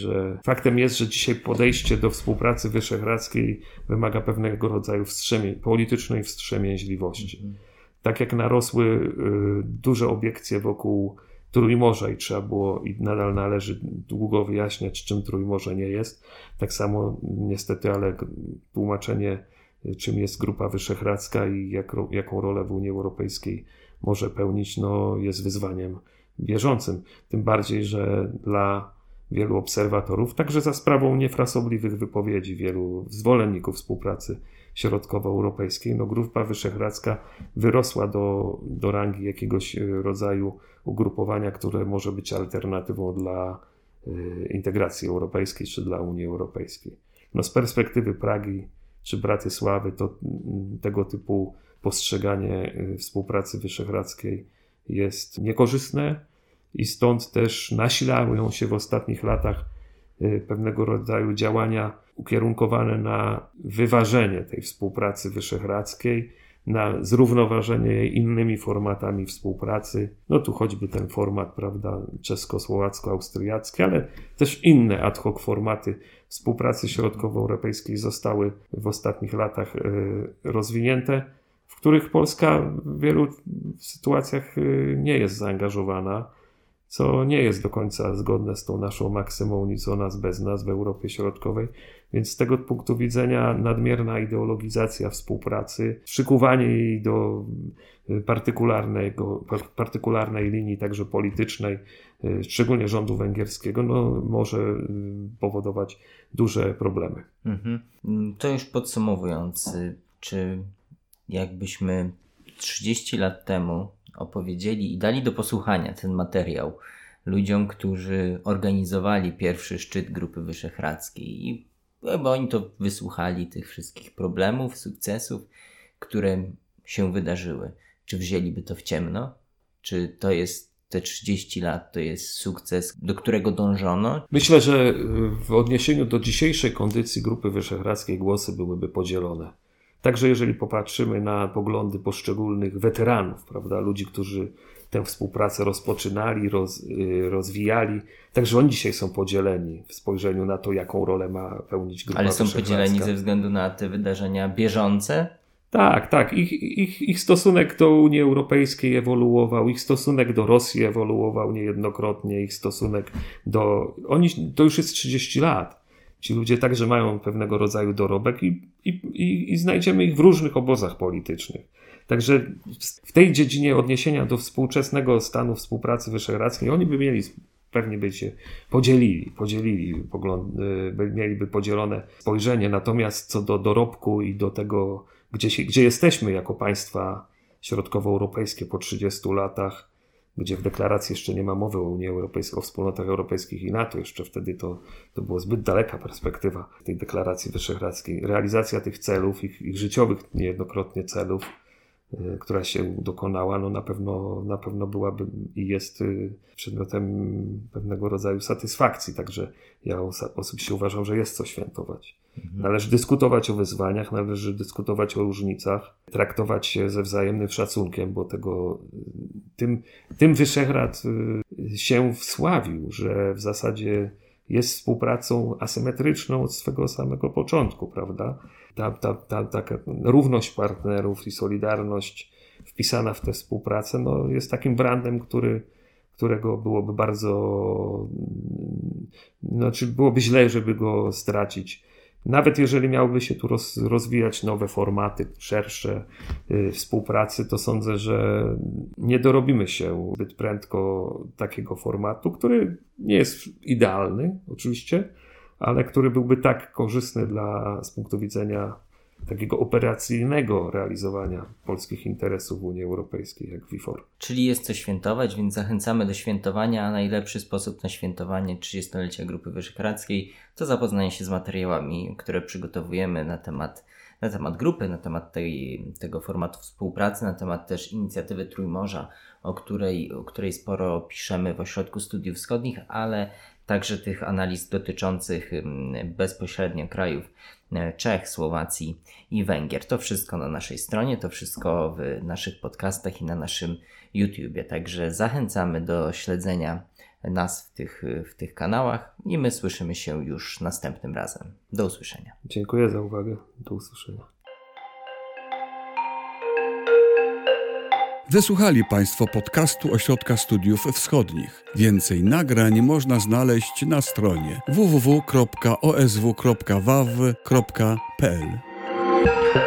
że dzisiaj podejście do współpracy wyszehradzkiej wymaga pewnego rodzaju politycznej wstrzemięźliwości. Tak jak narosły duże obiekcje wokół Trójmorza i trzeba było i nadal należy długo wyjaśniać, czym Trójmorze nie jest. Tak samo niestety, ale tłumaczenie, czym jest Grupa Wyszehradzka i jaką rolę w Unii Europejskiej może pełnić, jest wyzwaniem bieżącym. Tym bardziej, że dla wielu obserwatorów, także za sprawą niefrasobliwych wypowiedzi wielu zwolenników współpracy środkowoeuropejskiej, Grupa Wyszehradzka wyrosła do rangi jakiegoś rodzaju ugrupowania, które może być alternatywą dla integracji europejskiej czy dla Unii Europejskiej. Z perspektywy Pragi czy Bratysławy to tego typu postrzeganie współpracy wyszehradzkiej jest niekorzystne i stąd też nasilają się w ostatnich latach pewnego rodzaju działania ukierunkowane na wyważenie tej współpracy wyszehradzkiej, na zrównoważenie jej innymi formatami współpracy. Tu choćby ten format, prawda, czesko-słowacko-austriacki, ale też inne ad hoc formaty współpracy środkowoeuropejskiej zostały w ostatnich latach rozwinięte, w których Polska w wielu sytuacjach nie jest zaangażowana, co nie jest do końca zgodne z tą naszą maksymą nic o nas bez nas w Europie Środkowej. Więc z tego punktu widzenia nadmierna ideologizacja współpracy, przykuwanie jej do partykularnej linii, także politycznej, szczególnie rządu węgierskiego, może powodować duże problemy. To już podsumowując, czy jakbyśmy 30 lat temu opowiedzieli i dali do posłuchania ten materiał ludziom, którzy organizowali pierwszy szczyt Grupy Wyszehradzkiej i bo oni to wysłuchali tych wszystkich problemów, sukcesów, które się wydarzyły. Czy wzięliby to w ciemno? Czy to jest te 30 lat, to jest sukces, do którego dążono? Myślę, że w odniesieniu do dzisiejszej kondycji Grupy Wyszehradzkiej głosy byłyby podzielone. Także jeżeli popatrzymy na poglądy poszczególnych weteranów, prawda, ludzi, którzy tę współpracę rozpoczynali, rozwijali, także oni dzisiaj są podzieleni w spojrzeniu na to, jaką rolę ma pełnić Grupa Wyszehradzka. Ale są podzieleni ze względu na te wydarzenia bieżące? Tak. Ich stosunek do Unii Europejskiej ewoluował, ich stosunek do Rosji ewoluował niejednokrotnie, ich stosunek to już jest 30 lat. Ci ludzie także mają pewnego rodzaju dorobek i znajdziemy ich w różnych obozach politycznych. Także w tej dziedzinie odniesienia do współczesnego stanu współpracy wyszehradzkiej oni pewnie by się mieliby podzielone spojrzenie. Natomiast co do dorobku i do tego, gdzie jesteśmy jako państwa środkowoeuropejskie po 30 latach, gdzie w deklaracji jeszcze nie ma mowy o Unii Europejskiej, o wspólnotach europejskich i NATO. Jeszcze wtedy to było zbyt daleka perspektywa tej deklaracji wyszehradzkiej. Realizacja tych celów, ich życiowych niejednokrotnie celów, która się dokonała, no na pewno byłaby i jest przedmiotem pewnego rodzaju satysfakcji. Także ja osobiście uważam, że jest co świętować. Należy dyskutować o wyzwaniach, należy dyskutować o różnicach, traktować się ze wzajemnym szacunkiem, bo tym Wyszehrad się wsławił, że w zasadzie jest współpracą asymetryczną od swego samego początku, prawda? Ta taka równość partnerów i solidarność wpisana w tę współpracę, no, jest takim brandem, którego byłoby byłoby źle, żeby go stracić. Nawet jeżeli miałyby się tu rozwijać nowe formaty, szersze współpracy, to sądzę, że nie dorobimy się zbyt prędko takiego formatu, który nie jest idealny oczywiście, ale który byłby tak korzystny z punktu widzenia takiego operacyjnego realizowania polskich interesów w Unii Europejskiej, jak WIFOR. Czyli jest co świętować, więc zachęcamy do świętowania, a najlepszy sposób na świętowanie 30-lecia Grupy Wyszehradzkiej to zapoznanie się z materiałami, które przygotowujemy na temat grupy, na temat tego formatu współpracy, na temat też inicjatywy Trójmorza, o której sporo piszemy w Ośrodku Studiów Wschodnich, ale także tych analiz dotyczących bezpośrednio krajów Czech, Słowacji i Węgier. To wszystko na naszej stronie, to wszystko w naszych podcastach i na naszym YouTubie. Także zachęcamy do śledzenia nas w tych kanałach i my słyszymy się już następnym razem. Do usłyszenia. Dziękuję za uwagę. Do usłyszenia. Wysłuchali Państwo podcastu Ośrodka Studiów Wschodnich. Więcej nagrań można znaleźć na stronie www.osw.waw.pl.